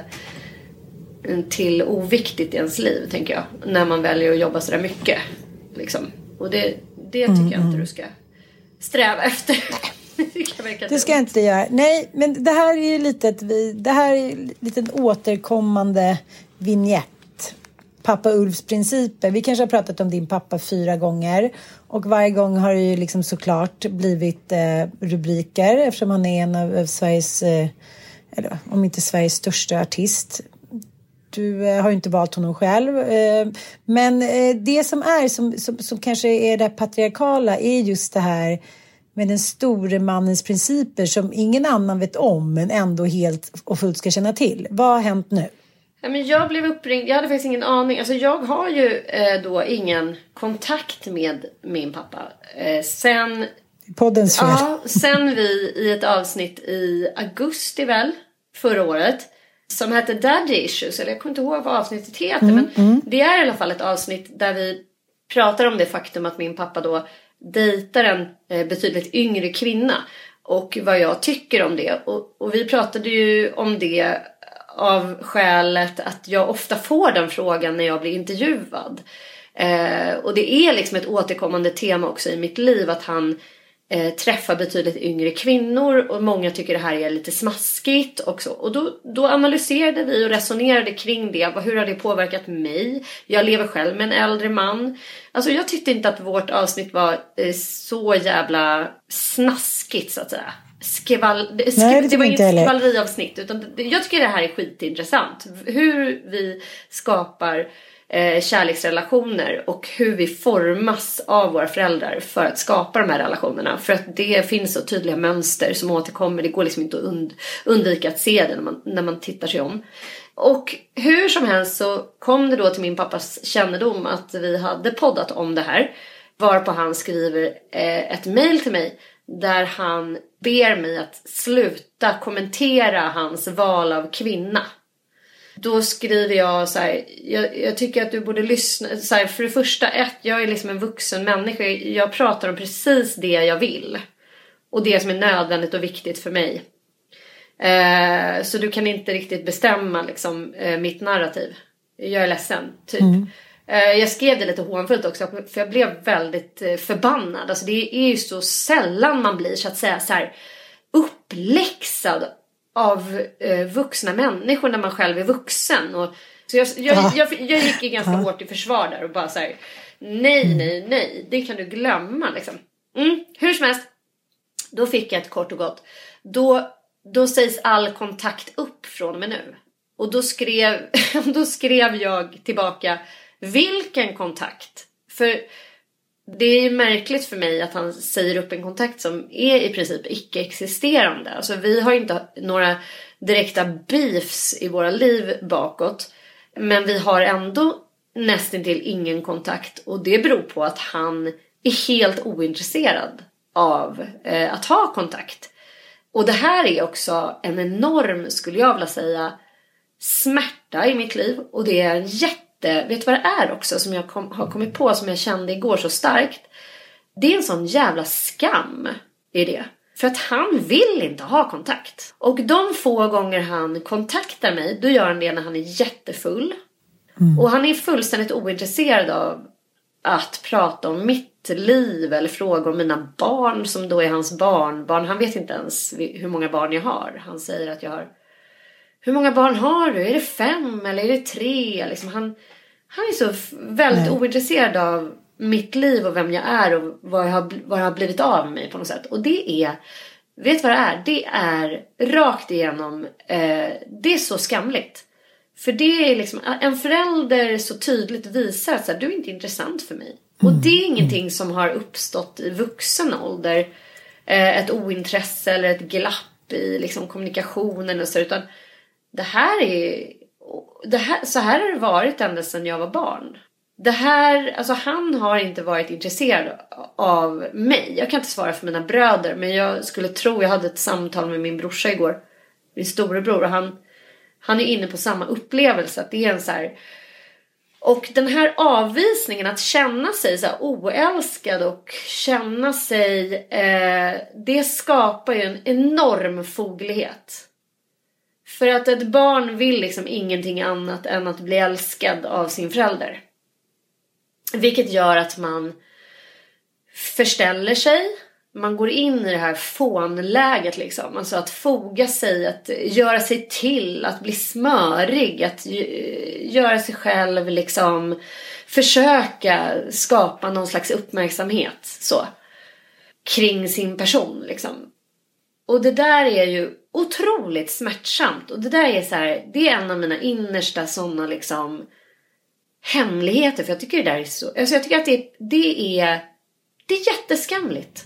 till oviktigt i ens liv, tänker jag, när man väljer att jobba så där mycket liksom. Och det, det tycker mm, jag inte du ska sträva efter. det, det ska jag inte göra. Nej, men det här är ju lite ett, det här är lite en återkommande vignett. Pappa Ulfs principer. Vi kanske har pratat om din pappa fyra gånger, och varje gång har det ju liksom såklart blivit eh, rubriker, eftersom han är en av, av Sveriges eh, eller om inte Sveriges största artist. Du har ju inte valt honom själv. Men det som är, som, som, som kanske är det patriarkala, är just det här med den store mannens principer som ingen annan vet om, men ändå helt och fullt ska känna till. Vad har hänt nu? Ja, men jag blev uppringd, jag hade faktiskt ingen aning. Alltså jag har ju eh, då ingen kontakt med min pappa. Eh, sen, Poddens fel. Ja, sen vi i ett avsnitt i augusti väl, förra året, som heter Daddy Issues, eller jag kommer inte ihåg vad avsnittet heter, mm, men mm. det är i alla fall ett avsnitt där vi pratar om det faktum att min pappa då dejtar en eh, betydligt yngre kvinna, och vad jag tycker om det. Och, och vi pratade ju om det av skälet att jag ofta får den frågan när jag blir intervjuad. Eh, och det är liksom ett återkommande tema också i mitt liv, att han Eh, träffar betydligt yngre kvinnor, och många tycker det här är lite smaskigt också. Och då, då analyserade vi och resonerade kring det. Hur har det påverkat mig? Jag lever själv med en äldre man. Alltså jag tyckte inte att vårt avsnitt var eh, så jävla snaskigt, så att säga. Skval, det, Nej, det, det var inte inget skvalleriavsnitt, utan det, jag tycker det här är skitintressant. Hur vi skapar Eh, kärleksrelationer och hur vi formas av våra föräldrar för att skapa de här relationerna. För att det finns så tydliga mönster som återkommer. Det går liksom inte att und- undvika att se det när man, när man tittar sig om. Och hur som helst så kom det då till min pappas kännedom att vi hade poddat om det här. Varpå han skriver eh, ett mejl till mig där han ber mig att sluta kommentera hans val av kvinna. Då skriver jag så här, jag, jag tycker att du borde lyssna så här, för det första, ett, jag är liksom en vuxen människa. Jag pratar om precis det jag vill. Och det som är nödvändigt och viktigt för mig. Eh, så du kan inte riktigt bestämma liksom, eh, mitt narrativ. Jag är ledsen, typ. Mm. Eh, jag skrev det lite hånfullt också, för jag blev väldigt eh, förbannad. Alltså det är ju så sällan man blir så att säga så här uppläxad av eh, vuxna människor när man själv är vuxen. Och Så jag, jag, jag, jag, jag gick ju ganska hårt i försvar där och bara så här: nej, nej, nej, det kan du glömma liksom. Mm, hur som helst, då fick jag ett kort och gott. Då, då sägs all kontakt upp från mig nu. Och då skrev, då skrev jag tillbaka: vilken kontakt? För det är ju märkligt för mig att han säger upp en kontakt som är i princip icke-existerande. Alltså vi har inte några direkta beefs i våra liv bakåt. Men vi har ändå nästintill ingen kontakt. Och det beror på att han är helt ointresserad av eh, att ha kontakt. Och det här är också en enorm, skulle jag vilja säga, smärta i mitt liv. Och det är en jätte... Vet du vad det är också som jag kom, har kommit på, som jag kände igår så starkt? Det är en sån jävla skam i det. För att han vill inte ha kontakt. Och de få gånger han kontaktar mig, då gör han det när han är jättefull. Mm. Och han är fullständigt ointresserad av att prata om mitt liv eller fråga om mina barn som då är hans barnbarn. Han vet inte ens hur många barn jag har. Han säger att jag har... Hur många barn har du? Är det fem eller är det tre? Liksom han, han är så väldigt Nej. ointresserad av mitt liv och vem jag är och vad jag har, vad jag har blivit av mig på något sätt. Och det är, vet vad det är? Det är rakt igenom, eh, det är så skamligt. För det är liksom, en förälder så tydligt visar att så här, du är inte intressant för mig. Mm. Och det är ingenting som har uppstått i vuxen ålder. Eh, ett ointresse eller ett glapp i liksom kommunikationen och så, utan det här är det här, så här har det varit ända sedan jag var barn. Det här, alltså han har inte varit intresserad av mig. Jag kan inte svara för mina bröder, men jag skulle tro, jag hade ett samtal med min brorsa igår, min storebror, och han han är inne på samma upplevelse, att det är en så här, och den här avvisningen, att känna sig så här oälskad och känna sig eh, det skapar ju en enorm foglighet. För att ett barn vill liksom ingenting annat än att bli älskad av sin förälder. Vilket gör att man förställer sig. Man går in i det här fånläget liksom. Alltså att foga sig, att göra sig till, att bli smörig. Att göra sig själv liksom. Försöka skapa någon slags uppmärksamhet så. Kring sin person liksom. Och det där är ju otroligt smärtsamt. Och det där är så här, det är en av mina innersta sådana liksom hemligheter. För jag tycker det där är så, alltså jag tycker att det, det är det är jätteskamligt.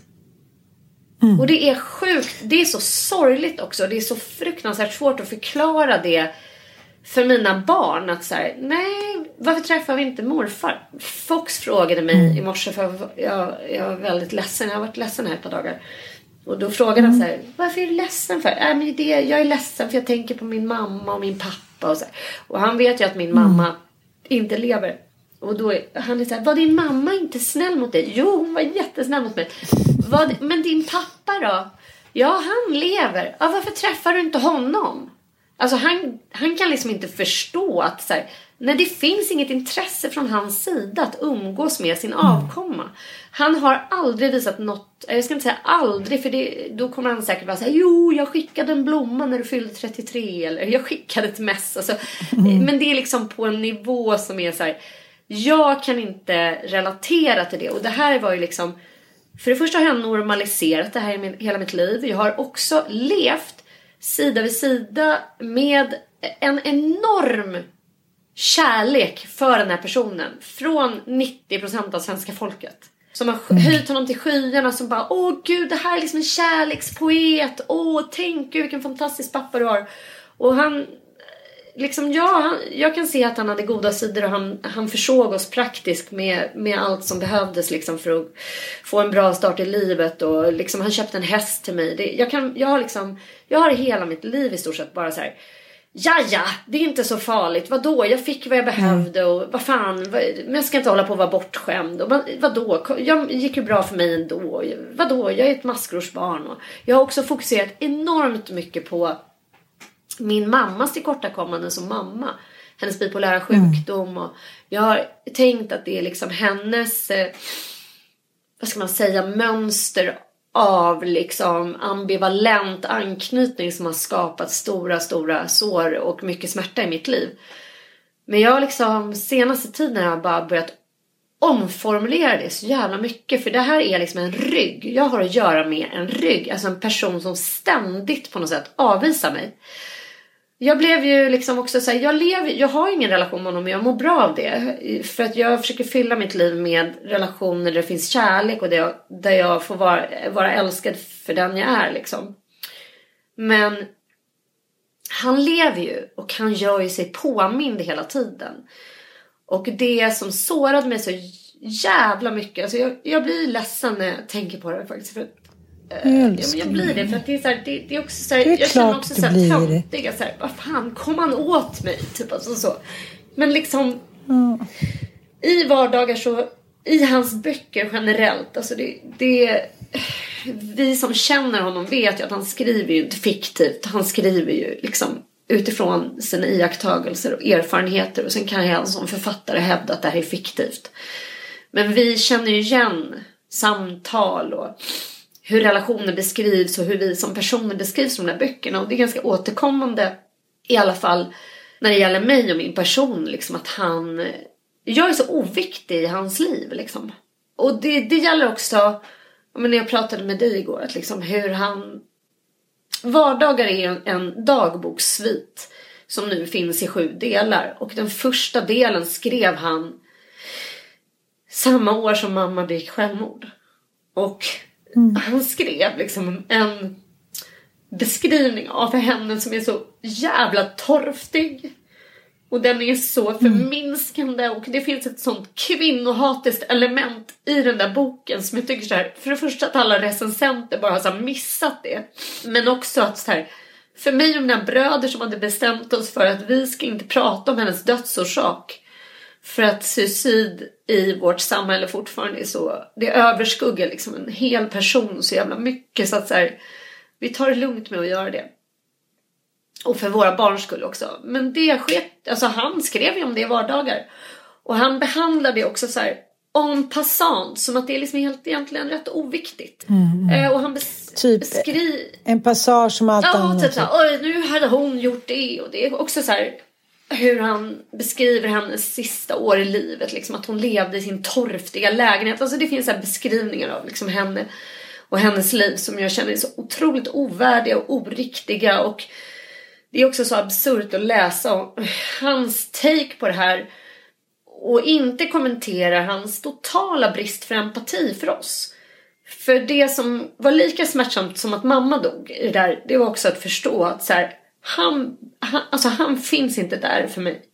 Mm. Och det är sjukt, det är så sorgligt också. Det är så fruktansvärt svårt att förklara det för mina barn. Att så här, nej, varför träffar vi inte morfar? Fox frågade mig mm. i morse, för jag, jag var väldigt ledsen. Jag har varit ledsen här ett par dagar. Och då frågade han så här, varför är du ledsen för? Äh, men det, jag är ledsen för jag tänker på min mamma och min pappa. Och, så här. Och han vet ju att min mamma mm. inte lever. Och då är han är så här, var din mamma inte snäll mot dig? Jo, hon var jättesnäll mot mig. Vad, men din pappa då? Ja, han lever. Ja, varför träffar du inte honom? Alltså han, han kan liksom inte förstå att så här, nej, det finns inget intresse från hans sida att umgås med sin avkomma. Han har aldrig visat något, jag ska inte säga aldrig, för det, då kommer han säkert bara säga, jo, jag skickade en blomma när du fyllde trettiotre, eller jag skickade ett mess. Alltså, mm. Men det är liksom på en nivå som är så här, jag kan inte relatera till det. Och det här var ju liksom, för det första har jag normaliserat det här i min, hela mitt liv. Jag har också levt sida vid sida med en enorm kärlek för den här personen från nittio procent av svenska folket. Som har höjt honom till skyarna, som bara, åh gud, det här är liksom en kärlekspoet. Åh, tänk gud, vilken fantastisk pappa du har. Och han, liksom, ja, han, jag kan se att han hade goda sidor, och han, han försåg oss praktiskt med, med allt som behövdes liksom för att få en bra start i livet. Och liksom, han köpte en häst till mig. Det, jag, kan, jag, har liksom, jag har hela mitt liv i stort sett bara så här, ja, ja, det är inte så farligt. Vadå? Jag fick vad jag behövde. Och vad fan, vad, men jag ska inte hålla på att vara bortskämd. Och vad, vadå? Jag gick ju bra för mig ändå. Vadå? Jag är ett maskrosbarn. Och jag har också fokuserat enormt mycket på min mammas tillkortakommande som mamma. Hennes bipolära sjukdom. Och jag har tänkt att det är liksom hennes, eh, vad ska man säga, mönster av liksom ambivalent anknytning som har skapat stora, stora sår och mycket smärta i mitt liv. Men jag liksom senaste tiden har jag bara börjat omformulera det så jävla mycket. För det här är liksom en rygg. Jag har att göra med en rygg. Alltså en person som ständigt på något sätt avvisar mig. Jag blev ju liksom också så här, jag lever, jag har ingen relation med honom men jag mår bra av det. För att jag försöker fylla mitt liv med relationer där det finns kärlek och där jag, där jag får vara, vara älskad för den jag är liksom. Men han lever ju och han gör ju sig påmind hela tiden. Och det som sårade mig så jävla mycket, alltså jag, jag blir ledsen när jag tänker på det faktiskt. För att Jag, jag blir det för att det är så här, det, det är också så här, är jag känner också så här töntiga så här, vad fan kom han åt mig typ alltså så. Men liksom mm. i vardagar så i hans böcker generellt alltså det, det vi som känner honom vet ju att han skriver ju inte fiktivt, han skriver ju liksom utifrån sina iakttagelser och erfarenheter och sen kan jag som författare hävda att det här är fiktivt. Men vi känner ju igen samtal och hur relationer beskrivs och hur vi som personer beskrivs i de här böckerna. Och det är ganska återkommande i alla fall när det gäller mig och min person. Liksom, att han, jag är så oviktig i hans liv. Liksom. Och det, det gäller också, men när jag pratade med dig igår, att liksom hur han, vardagar är en, en dagbokssvit som nu finns i sju delar. Och den första delen skrev han samma år som mamma begick självmord. Och Mm. han skrev liksom en beskrivning av henne som är så jävla torftig. Och den är så förminskande. Och det finns ett sånt kvinnohatiskt element i den där boken som jag tycker så här, för det första att alla recensenter bara har så missat det. Men också att så här, för mig och mina bröder som hade bestämt oss för att vi ska inte prata om hennes dödsorsak. För att suicid i vårt samhälle fortfarande är så, det överskuggar liksom en hel person så jävla mycket. Så att så här, vi tar det lugnt med att göra det. Och för våra barns skull också. Men det skett, alltså han skrev ju om det i vardagar. Och han behandlade det också så här en passant, som att det är liksom helt egentligen rätt oviktigt. Mm. Eh, och han bes- typ beskriver... en passage som allt ja, annat. Typ så här, oj, nu hade hon gjort det. Och det är också så här... hur han beskriver hennes sista år i livet. Liksom, att hon levde i sin torftiga lägenhet. Alltså det finns så här beskrivningar av liksom henne och hennes liv som jag känner är så otroligt ovärdiga och oriktiga. Och det är också så absurt att läsa om hans take på det här. Och inte kommentera hans totala brist för empati för oss. För det som var lika smärtsamt som att mamma dog i det där, det var också att förstå att så här, Han, han, alltså han finns inte där för mig.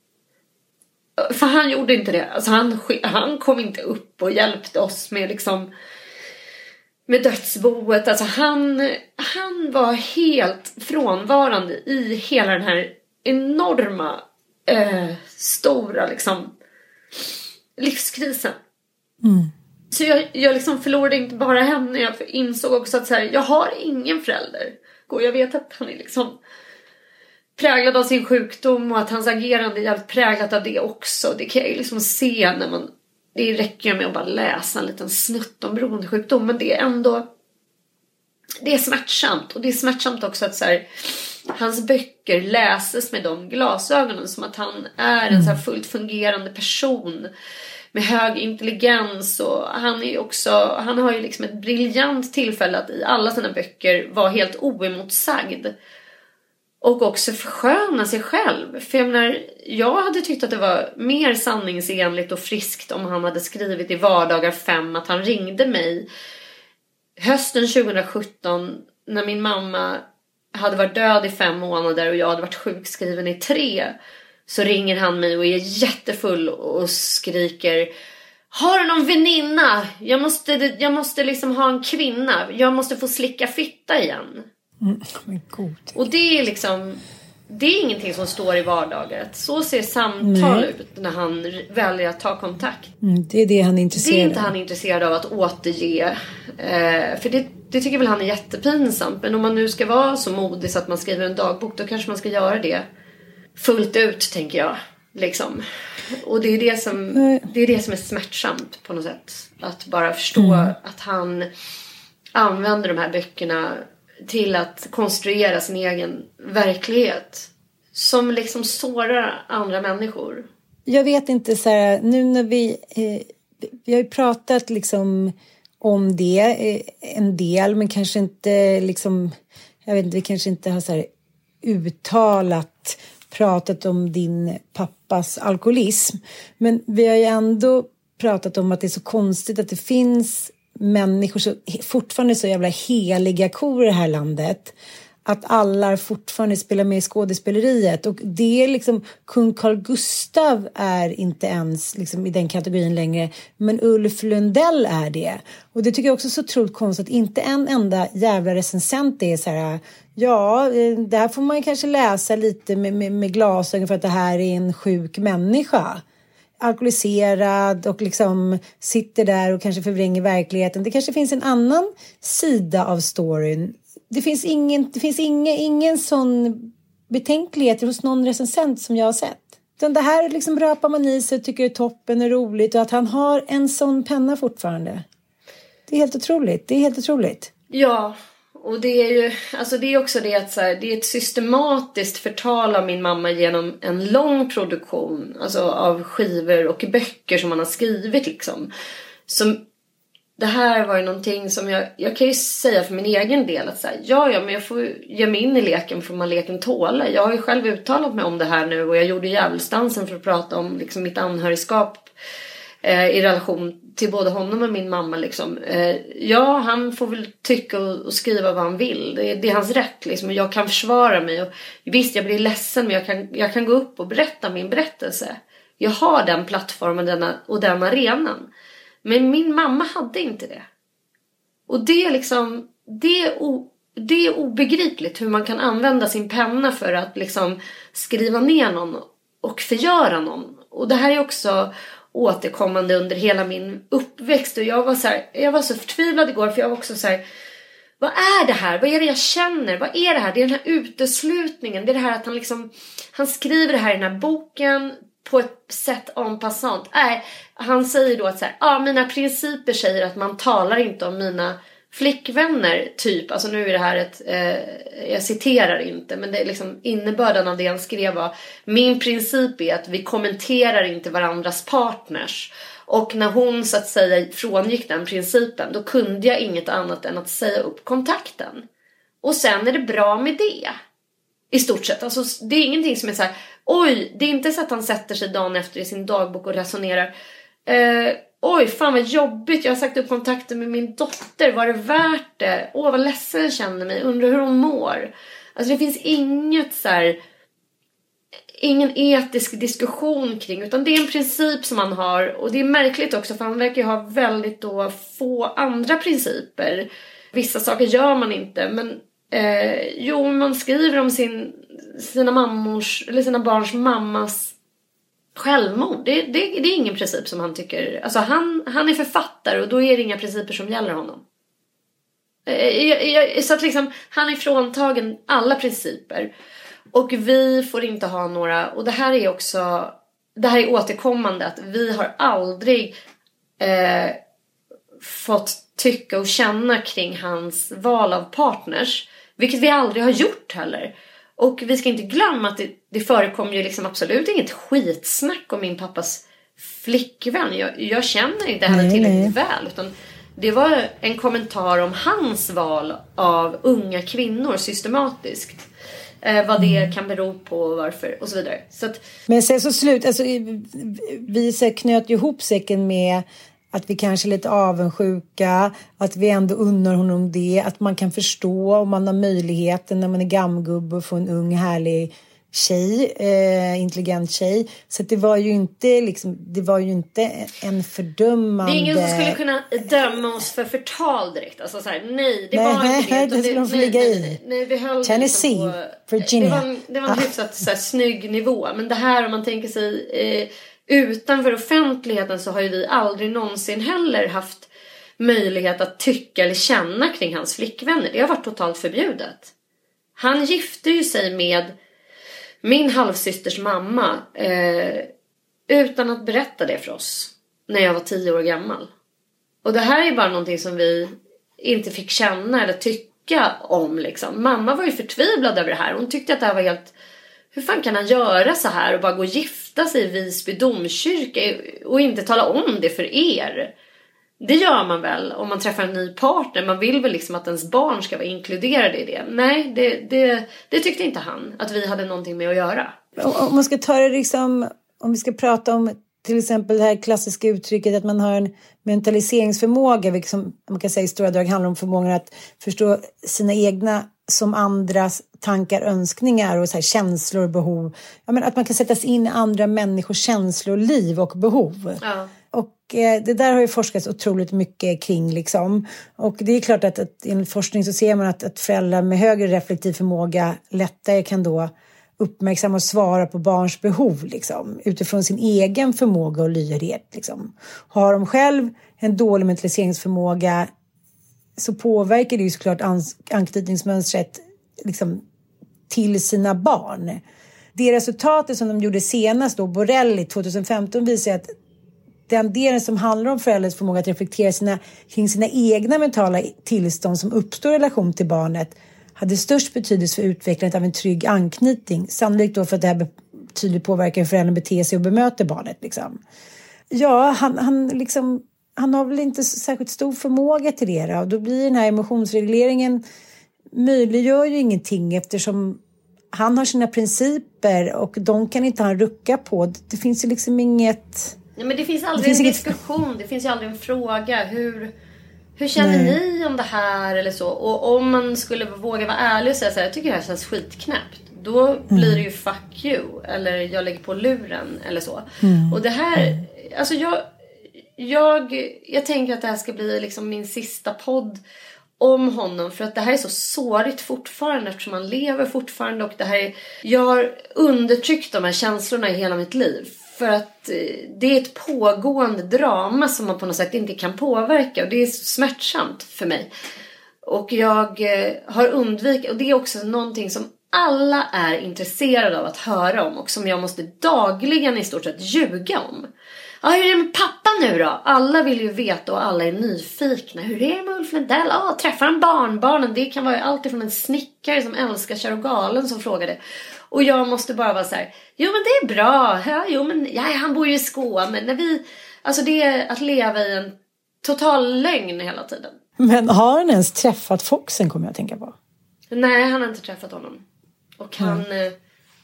För han gjorde inte det. Alltså han, han kom inte upp och hjälpte oss med liksom med dödsboet. Alltså han, han var helt frånvarande i hela den här enorma eh, stora liksom livskrisen. Mm. Så jag, jag liksom förlorade inte bara henne. Jag insåg också att så här, jag har ingen förälder. Och jag vet att han är liksom präglad av sin sjukdom och att hans agerande är jävligt präglat av det också. Det kan jag ju liksom se när man... Det räcker med att bara läsa en liten snutt om beroendesjukdom. Men det är ändå... Det är smärtsamt. Och det är smärtsamt också att så här, hans böcker läses med de glasögonen. Som att han är en så här fullt fungerande person. Med hög intelligens. Och han är också... Han har ju liksom ett briljant tillfälle att i alla sina böcker vara helt oemotsagd. Och också försköna sig själv. För jag menar, jag hade tyckt att det var mer sanningsenligt och friskt om han hade skrivit i vardagar fem att han ringde mig hösten tjugosjutton när min mamma hade varit död i fem månader och jag hade varit sjukskriven i tre. Så ringer han mig och är jättefull och skriker: har du någon väninna? Jag måste, jag måste liksom ha en kvinna. Jag måste få slicka fitta igen. Mm, men god. Och det är liksom, det är ingenting som står i vardagar. Så ser samtal Nej. ut när han väljer att ta kontakt. Mm, det är det han är intresserad av. Det är inte han intresserad av att återge. Eh, för det, det tycker väl han är jättepinsamt. Men om man nu ska vara så modig så att man skriver en dagbok, då kanske man ska göra det fullt ut, tänker jag. Liksom. Och det är det som, det är det som är smärtsamt på något sätt. Att bara förstå mm. att han använder de här böckerna till att konstruera sin egen verklighet som liksom sårar andra människor. jag vet inte så här, nu när vi, eh, vi har ju pratat liksom om det eh, en del, men kanske inte liksom, jag vet inte, vi kanske inte har så här uttalat pratat om din pappas alkoholism. Men vi har ju ändå pratat om att det är så konstigt att det finns människor så, fortfarande så jävla heliga kor i det här landet. Att alla fortfarande spelar med i skådespeleriet. Och det är liksom, kung Carl Gustav är inte ens liksom i den kategorin längre. Men Ulf Lundell är det. Och det tycker jag också är så otroligt konstigt. Att inte en enda jävla recensent är så här. Ja, det här får man kanske läsa lite med, med, med glasögon för att det här är en sjuk människa. Alkoholiserad och liksom sitter där och kanske förvränger verkligheten. Det kanske finns en annan sida av storyn. Det finns ingen, det finns ingen, ingen sån betänklighet hos någon recensent som jag har sett. Utan det här liksom röpar man i sig och tycker är toppen och roligt. Och att han har en sån penna fortfarande. Det är helt otroligt. Det är helt otroligt. Ja, och det är ju, alltså det är också det att så här, det är ett systematiskt förtal av min mamma genom en lång produktion. Alltså av skivor och böcker som man har skrivit liksom. Som... Det här var ju någonting som jag, jag kan ju säga för min egen del att så här, ja, ja, men jag får ge mig in i leken för man leken tåla. Jag har ju själv uttalat mig om det här nu och jag gjorde djävulsdansen för att prata om liksom mitt anhörigskap eh, i relation till både honom och min mamma liksom. Eh, ja, han får väl tycka och, och skriva vad han vill. Det, det är hans rätt liksom och jag kan försvara mig. Och, visst, jag blir ledsen men jag kan, jag kan gå upp och berätta min berättelse. Jag har den plattformen denna, och den arenan. Men min mamma hade inte det. Och det är liksom, det är, o, det är obegripligt hur man kan använda sin penna för att liksom skriva ner någon och förgöra någon. Och det här är också återkommande under hela min uppväxt. Och jag var så här, jag var så förtvivlad igår för jag var också så här, vad är det här? Vad är det jag känner? Vad är det här? Det är den här uteslutningen. Det är det här att han liksom, han skriver det här i den här boken på ett sätt en passant. Nej, han säger då att så här, ja, mina principer säger att man talar inte om mina flickvänner typ. Alltså nu är det här ett, eh, jag citerar inte, men det är liksom innebörden av det han skrev var, min princip är att vi kommenterar inte varandras partners. Och när hon så att säga frångick den principen, då kunde jag inget annat än att säga upp kontakten. Och sen är det bra med det. I stort sett. Alltså, det är ingenting som är så här, oj, det är inte så att han sätter sig dagen efter i sin dagbok och resonerar. Eh, oj, fan vad jobbigt. Jag har sagt upp kontakten med min dotter. Var det värt det? Åh, vad ledsen jag känner mig. Undrar hur hon mår. Alltså det finns inget så här, ingen etisk diskussion kring. Utan det är en princip som man har. Och det är märkligt också, för han verkar ju ha väldigt då få andra principer. Vissa saker gör man inte, men Eh, jo, man skriver om sin, sina mammors eller sina barns mammas självmord. Det, det, det är ingen princip som han tycker. Alltså han, han är författare och då är det inga principer som gäller honom. Eh, jag, jag, så att liksom han är fråntagen alla principer. Och vi får inte ha några. Och det här är också, det här är återkommande att vi har aldrig eh, fått tycka och känna kring hans val av partners. Vilket vi aldrig har gjort heller. Och vi ska inte glömma att det, det förekom ju liksom absolut inget skitsnack om min pappas flickvän. Jag, jag känner inte henne tillräckligt väl. Utan det var en kommentar om hans val av unga kvinnor systematiskt. Eh, vad det mm. kan bero på och varför och så vidare. Så att, men sen så slut, alltså, vi så knöt ju ihop säcken med att vi kanske är lite avundsjuka, att vi ändå unnar honom det, att man kan förstå om man har möjligheten när man är gamgubbe och få en ung härlig tjej, eh, intelligent tjej. Så att det var ju inte liksom, det var ju inte en fördömande. Det är ingen som skulle kunna döma oss för förtal direkt. Alltså så här, nej, det nej, var nej, inte det. det skulle de få ligga i. Nej, nej, vi höll Tennessee, liksom på, Virginia. Det var en, det var en hyfsat så här, snygg nivå. Men det här, om man tänker sig eh, utanför offentligheten, så har ju vi aldrig någonsin heller haft möjlighet att tycka eller känna kring hans flickvänner. Det har varit totalt förbjudet. Han gifte ju sig med min halvsysters mamma eh, utan att berätta det för oss när jag var tio år gammal. Och det här är bara någonting som vi inte fick känna eller tycka om liksom. Mamma var ju förtvivlad över det här. Hon tyckte att det här var helt hur fan kan han göra så här och bara gå och gifta sig i Visby domkyrka och inte tala om det för er? Det gör man väl om man träffar en ny partner. Man vill väl liksom att ens barn ska vara inkluderade i det. Nej, det, det, det tyckte inte han att vi hade någonting med att göra. Om man ska ta det liksom, om vi ska prata om till exempel det här klassiska uttrycket att man har en mentaliseringsförmåga, vilket som man kan säga i stora drag handlar om förmågan att förstå sina egna som andras tankar, önskningar och så här känslor och behov. Jag menar, att man kan sätta sig in i andra människors känslor, liv och behov. Ja. Och eh, det där har ju forskats otroligt mycket kring liksom. Och det är klart att, att enligt forskning så ser man att, att föräldrar med högre reflektiv förmåga lättare kan då uppmärksamma och svara på barns behov liksom, utifrån sin egen förmåga och lyhördhet. Liksom. Har de själv en dålig mentaliseringsförmåga så påverkar det ju såklart ans- anknytningsmönstret liksom, till sina barn. Det resultatet som de gjorde senast då, Borelli tjugohundrafemton, visar att den delen som handlar om föräldrars förmåga att reflektera sina, kring sina egna mentala tillstånd som uppstår i relation till barnet hade störst betydelse för utvecklandet av en trygg anknytning. Sannolikt då för att det här tydligt påverkar hur föräldern beter sig och bemöter barnet. Liksom. Ja, han, han, liksom, han har väl inte särskilt stor förmåga till det. Då. Och då blir den här emotionsregleringen möjliggör ju ingenting eftersom han har sina principer och de kan inte han rucka på. Det finns ju liksom inget... Nej, men det finns aldrig det finns en inget... diskussion. Det finns ju aldrig en fråga. Hur... Hur känner Nej. ni om det här eller så? Och om man skulle våga vara ärlig och säga så här, jag tycker det här känns skitknäppt. Då mm. blir det ju fuck you. Eller jag lägger på luren eller så. Mm. Och det här, alltså jag, jag, jag tänker att det här ska bli liksom min sista podd om honom. För att det här är så sårigt fortfarande eftersom han lever fortfarande. Och det här är, jag har undertryckt de här känslorna i hela mitt liv. För att det är ett pågående drama som man på något sätt inte kan påverka. Och det är smärtsamt för mig. Och jag har undvikit, och det är också någonting som alla är intresserade av att höra om. Och som jag måste dagligen i stort sett ljuga om. Ja, hur är det med pappa nu då? Alla vill ju veta och alla är nyfikna. Hur är det med Ulf Lundell? Ja, träffar han barnbarnen? Det kan vara allt ifrån en snickare som älskar Kär och Galen som frågade. Och jag måste bara vara så här, jo men det är bra. Ja, jo men ja, han bor ju i Skåne. När vi, alltså det är att leva i en total lögn hela tiden. Men har han ens träffat Foxen, kommer jag att tänka på? Nej, han har inte träffat honom. Och han... Mm.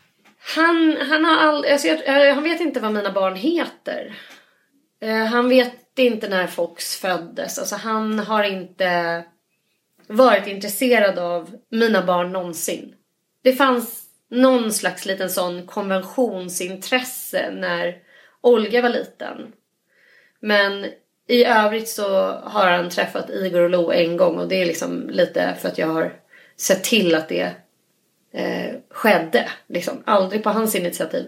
Han, han, har all, alltså jag, han vet inte vad mina barn heter. Uh, han vet inte när Fox föddes. Alltså han har inte varit intresserad av mina barn någonsin. Det fanns någon slags liten sån konventionsintresse när Olga var liten. Men i övrigt så har han träffat Igor och Lo en gång. Och det är liksom lite för att jag har sett till att det Eh, skedde, liksom, aldrig på hans initiativ.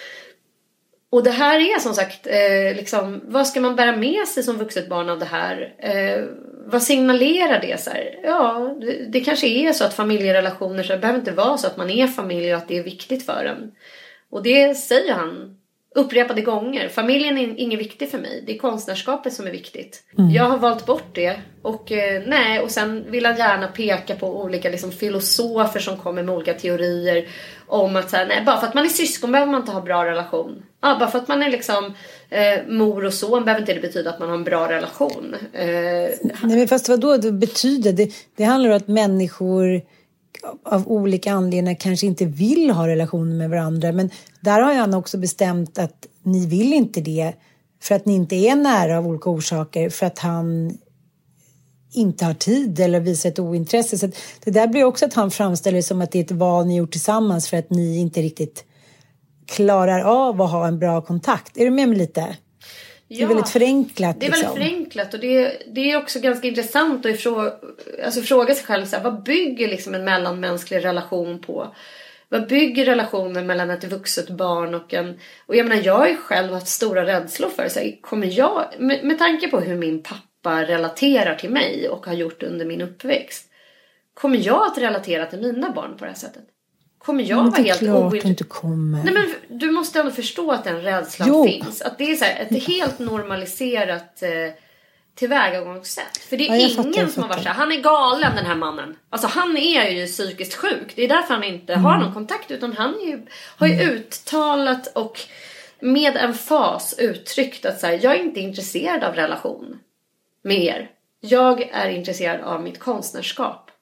Och det här är som sagt eh, liksom, vad ska man bära med sig som vuxet barn av det här? Eh, vad signalerar det så här? Ja, det, det kanske är så att familjerelationer, så det behöver inte vara så att man är familj och att det är viktigt för en. Och det säger han upprepade gånger. Familjen är inget viktigt för mig. Det är konstnärskapet som är viktigt. Mm. Jag har valt bort det. Och eh, nej, och sen vill han gärna peka på olika liksom, filosofer som kommer med olika teorier om att så här, nej, bara för att man är syskon behöver man inte ha bra relation. Ja, bara för att man är liksom eh, mor och son behöver inte det betyda att man har en bra relation. Eh, nej, men fast vad då det betyder? Det, det handlar om att människor av olika anledningar kanske inte vill ha relationer med varandra. Men där har han också bestämt att ni vill inte det för att ni inte är nära av olika orsaker. För att han inte har tid eller visar ett ointresse. Så det där blir också att han framställer det som att det är ett val ni gjort tillsammans för att ni inte riktigt klarar av att ha en bra kontakt. Är du med mig lite? Det är ja, väldigt förenklat. Det är väldigt liksom. förenklat och det, det är också ganska intressant att ifrå, alltså fråga sig själv så här, vad bygger liksom en mellanmänsklig relation på? Vad bygger relationen mellan ett vuxet barn och en... Och jag menar, jag har ju själv haft stora rädslor för så här, kommer jag, med, med tanke på hur min pappa relaterar till mig och har gjort under min uppväxt, kommer jag att relatera till mina barn på det här sättet? Kommer jag vara helt ointresserad? Nej, men du måste ändå förstå att den rädslan jo. finns. Att det är så här, ett helt normaliserat eh, tillvägagångssätt. För det är ja, ingen fattar, som har varit så här, han är galen den här mannen. Alltså han är ju psykiskt sjuk. Det är därför han inte mm. har någon kontakt. Utan han är ju, har ju mm. uttalat och med en fas uttryckt att så här, jag är inte intresserad av relation med er. Jag är intresserad av mitt konstnärskap.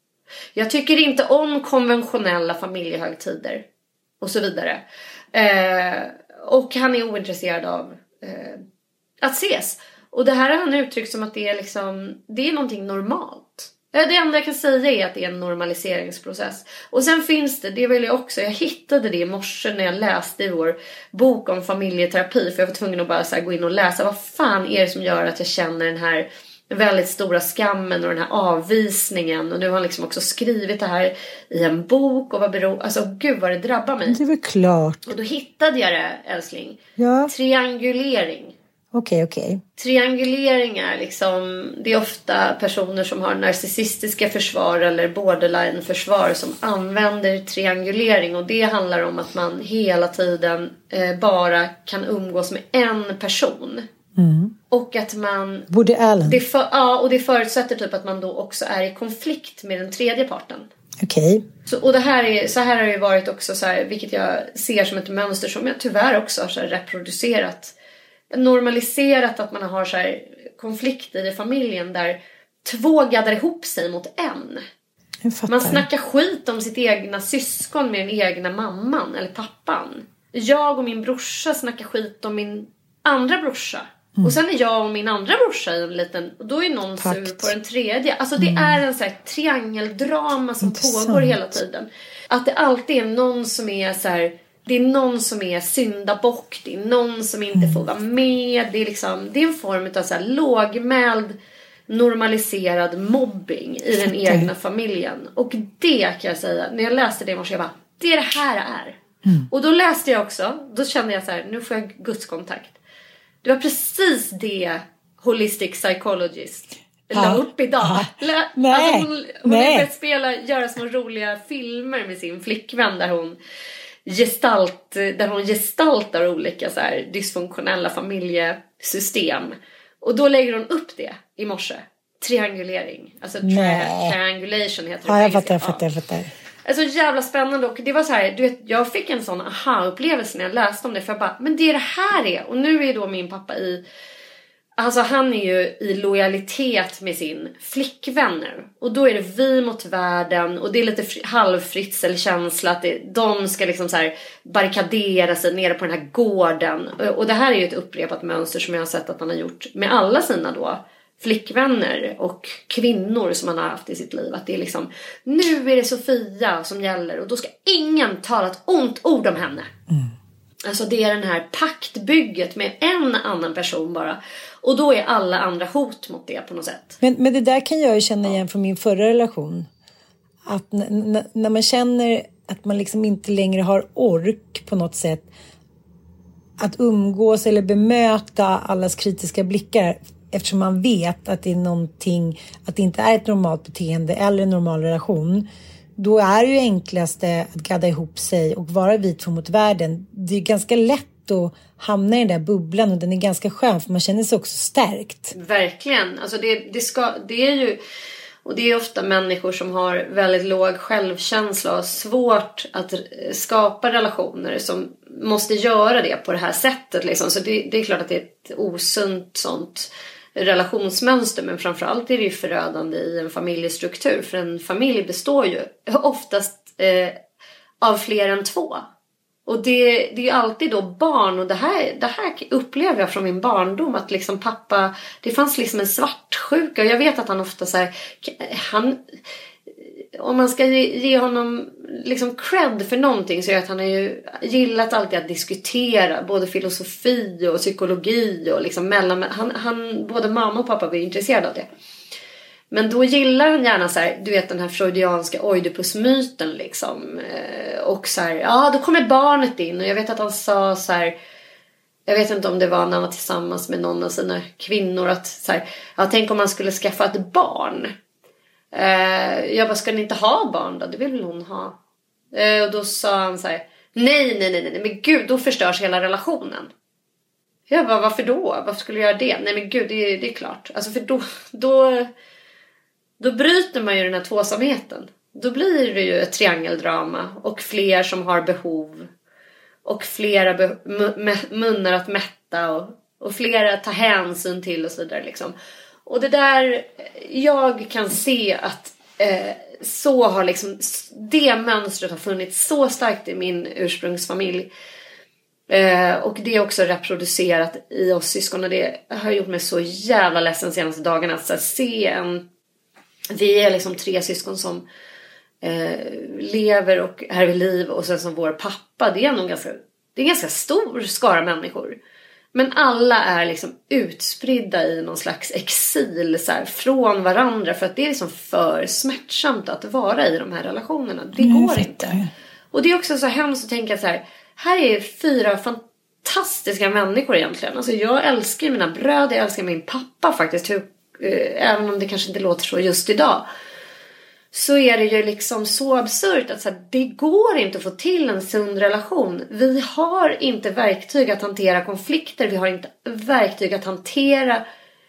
Jag tycker inte om konventionella familjehögtider. Och så vidare. Eh, och han är ointresserad av eh, att ses. Och det här har han uttryckt som att det är liksom, det är någonting normalt. Det enda jag kan säga är att det är en normaliseringsprocess. Och sen finns det, det vill jag också, jag hittade det i morse när jag läste i vår bok om familjeterapi. För jag var tvungen att bara så här gå in och läsa, vad fan är det som gör att jag känner den här väldigt stora skammen och den här avvisningen. Och nu har han liksom också skrivit det här i en bok. Och vad beror, alltså gud vad det drabbar mig. Det är väl klart. Och då hittade jag det, älskling. Ja. Triangulering. Okej, okay, okej. Okay. Triangulering är liksom, det är ofta personer som har narcissistiska försvar eller borderline-försvar som använder triangulering. Och det handlar om att man hela tiden eh, bara kan umgås med en person. Mm. Och att man... Woody Allen. Det för, ja, och det förutsätter typ att man då också är i konflikt med den tredje parten. Okej. Okay. Så, och det här är, så här har det varit också så här, vilket jag ser som ett mönster som jag tyvärr också har så här reproducerat. Normaliserat att man har så här konflikter i familjen där två gaddar ihop sig mot en. Man snackar skit om sitt egna syskon med den egna mamman eller pappan. Jag och min brorsa snackar skit om min andra brorsa. Mm. Och sen är jag och min andra brorsa i en liten, och då är någon Pakt. sur på den tredje. Alltså det mm. är en så här triangeldrama som Intressant. pågår hela tiden. Att det alltid är någon som är så här, det är någon som är syndabock, det är någon som inte mm. får vara med. Det är liksom, det är en form av så här lågmäld, normaliserad mobbing i den okay. egna familjen. Och det kan jag säga, när jag läste det i morse, jag bara, det är det här det är. Mm. Och då läste jag också, då kände jag så här, nu får jag gudskontakt. Det var precis det Holistic Psychologist la ah, upp idag. Ah, La, nej, alltså hon hon nej. har börjat spela, göra små roliga filmer med sin flickvän där hon gestalt, där hon gestaltar olika så här dysfunktionella familjesystem. Och då lägger hon upp det i morse. Triangulering. Alltså tra- triangulation heter det. Ja, jag fattar, jag fattar, jag fattar. Alltså jävla spännande. Och det var så här, du vet, jag fick en sån aha-upplevelse när jag läste om det. För jag bara, men det är det här är. Och nu är då min pappa i, alltså han är ju i lojalitet med sin flickvän nu. Och då är det vi mot världen. Och det är lite fri, halvfritzelkänsla att det, de ska liksom så här barrikadera sig nere på den här gården. Och det här är ju ett upprepat mönster som jag har sett att han har gjort med alla sina då flickvänner och kvinnor som han har haft i sitt liv. Att det är liksom, nu är det Sofia som gäller och då ska ingen tala ett ont ord om henne. Mm. Alltså det är den här paktbygget med en annan person bara. Och då är alla andra hot mot det på något sätt. Men, men det där kan jag ju känna igen från min förra relation. Att n- n- när man känner att man liksom inte längre har ork på något sätt att umgås eller bemöta allas kritiska blickar. Eftersom man vet att det är någonting, att det inte är ett normalt beteende eller en normal relation. Då är det ju enklaste att gadda ihop sig och vara vit mot världen. Det är ganska lätt att hamna i den där bubblan och den är ganska skön för man känner sig också stärkt. Verkligen. Alltså det, det, ska, det är ju, och det är ofta människor som har väldigt låg självkänsla och har svårt att skapa relationer som måste göra det på det här sättet. Liksom. Så det, det är klart att det är ett osunt sånt relationsmönster, men framförallt är det ju förödande i en familjestruktur, för en familj består ju oftast eh, av fler än två, och det, det är ju alltid då barn, och det här, det här upplever jag från min barndom, att liksom pappa, det fanns liksom en svartsjuka, och jag vet att han ofta så här, han, om man ska ge, ge honom liksom cred för någonting, så är det att han har ju gillat alltid att diskutera både filosofi och psykologi och liksom mellan, han, han, både mamma och pappa var intresserade av det. Men då gillar han gärna så här, du vet den här freudianska oidipusmyten liksom, och så här, ja då kommer barnet in, och jag vet att han sa så här, jag vet inte om det var när han var tillsammans med någon av sina kvinnor, att så här, ja, tänk om man skulle skaffa ett barn. Uh, jag bara, ska ni inte ha barn då? Det vill väl hon ha. Uh, och då sa han så här, nej, nej, nej, nej, men gud, då förstörs hela relationen. Jag bara, varför då? Varför skulle jag göra det? Nej men gud, det är, det är klart. Alltså för då, då, då bryter man ju den här tvåsamheten. Då blir det ju ett triangeldrama. Och fler som har behov. Och flera be- m- munnar att mätta. Och, och flera att ta hänsyn till och så vidare liksom. Och det där, jag kan se att eh, så har liksom, det mönstret har funnits så starkt i min ursprungsfamilj. Eh, och det är också reproducerat i oss syskon. Och det har gjort mig så jävla ledsen de senaste dagarna. Att så här, se en, vi är liksom tre syskon som eh, lever och här vid liv. Och sen som vår pappa, det är nog ganska, det är en ganska stor skara människor. Men alla är liksom utspridda i någon slags exil så här, från varandra. För att det är liksom för smärtsamt att vara i de här relationerna. Det mm, går inte. Och det är också så hemskt att tänka så här. Här är fyra fantastiska människor egentligen. Alltså jag älskar mina bröder, jag älskar min pappa faktiskt. Hur, eh, även om det kanske inte låter så just idag. Så är det ju liksom så absurt att så här, det går inte att få till en sund relation. Vi har inte verktyg att hantera konflikter. Vi har inte verktyg att hantera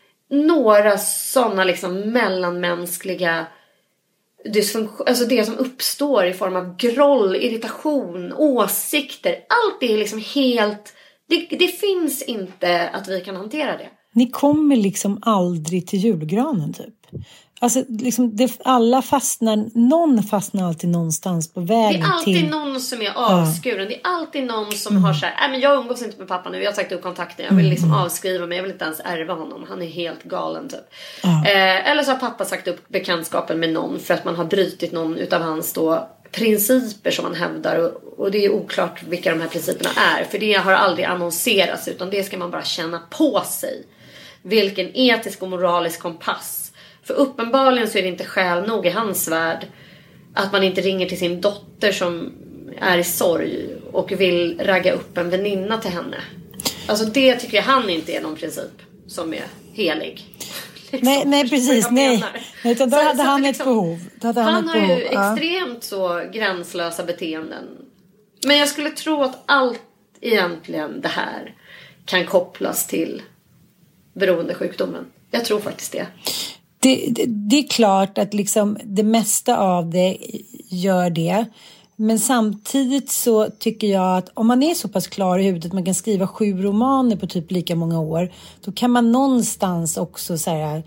några sådana liksom mellanmänskliga dysfunktion. Alltså det som uppstår i form av groll, irritation, åsikter. Allt är liksom helt... Det, det finns inte att vi kan hantera det. Ni kommer liksom aldrig till julgranen typ. Alltså liksom det, alla fastnar, någon fastnar alltid någonstans på vägen till... Det är alltid till... någon som är avskuren. Ja. Det är alltid någon som mm. har så här, nej men jag umgås inte med pappa nu, jag har sagt upp kontakten, jag vill liksom mm. avskriva mig, jag vill inte ens ärva honom, han är helt galen typ. Ja. Eh, eller så har pappa sagt upp bekantskapen med någon för att man har brytit någon utav hans då principer som man hävdar, och, och det är oklart vilka de här principerna är, för det har aldrig annonserats, utan det ska man bara känna på sig. Vilken etisk och moralisk kompass. För uppenbarligen så är det inte skäl nog i hans värld att man inte ringer till sin dotter som är i sorg och vill ragga upp en väninna till henne. Alltså det tycker jag han inte är någon princip som är helig. Liksom. Nej, nej precis, nej. Utan då så, hade så han liksom, ett behov. Hade han han ett har behov. ju ja. extremt så gränslösa beteenden. Men jag skulle tro att allt egentligen det här kan kopplas till beroendesjukdomen. Jag tror faktiskt det. Det, det, det är klart att liksom det mesta av det gör det. Men samtidigt så tycker jag att om man är så pass klar i huvudet att man kan skriva sju romaner på typ lika många år, då kan man någonstans också säga,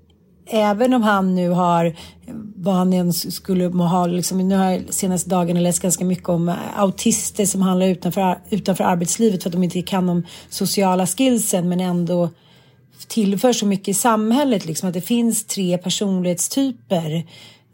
även om han nu har vad han än skulle ha, liksom, nu har jag senaste dagarna läst ganska mycket om autister som handlar utanför, utanför arbetslivet för att de inte kan de sociala skillsen, men ändå tillför så mycket i samhället, liksom, att det finns tre personlighetstyper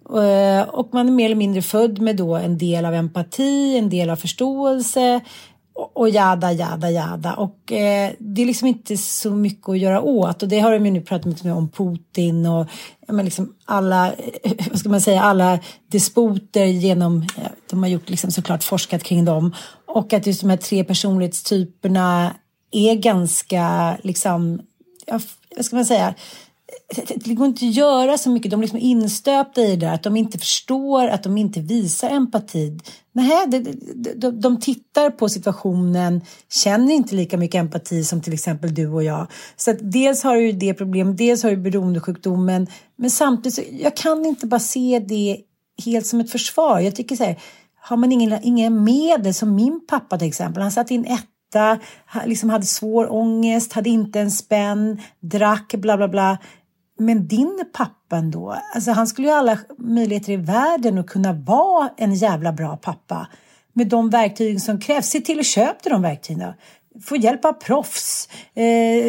och man är mer eller mindre född med då en del av empati, en del av förståelse och jada, jada, jada, och eh, det är liksom inte så mycket att göra åt, och det har de ju nu pratat mycket om Putin och men liksom alla, vad ska man säga, alla despoter genom, de har gjort liksom såklart forskat kring dem, och att just de här tre personlighetstyperna är ganska liksom, ja, vad ska man säga, det går inte att göra så mycket. De är liksom instöpta i det, att de inte förstår, att de inte visar empati. Nej, de, de, de tittar på situationen, känner inte lika mycket empati som till exempel du och jag. Så att dels har du det problemet, dels har du beroendesjukdomen, men samtidigt så, jag kan inte bara se det helt som ett försvar. Jag tycker så här, har man ingen, ingen medel, som min pappa till exempel, han satt in ett liksom hade svår ångest, hade inte en spänn, drack, bla bla bla. Men din pappa ändå, alltså han skulle ju ha alla möjligheter i världen att kunna vara en jävla bra pappa med de verktyg som krävs. Se till att köpa de verktygen. Få hjälp av proffs. Eh,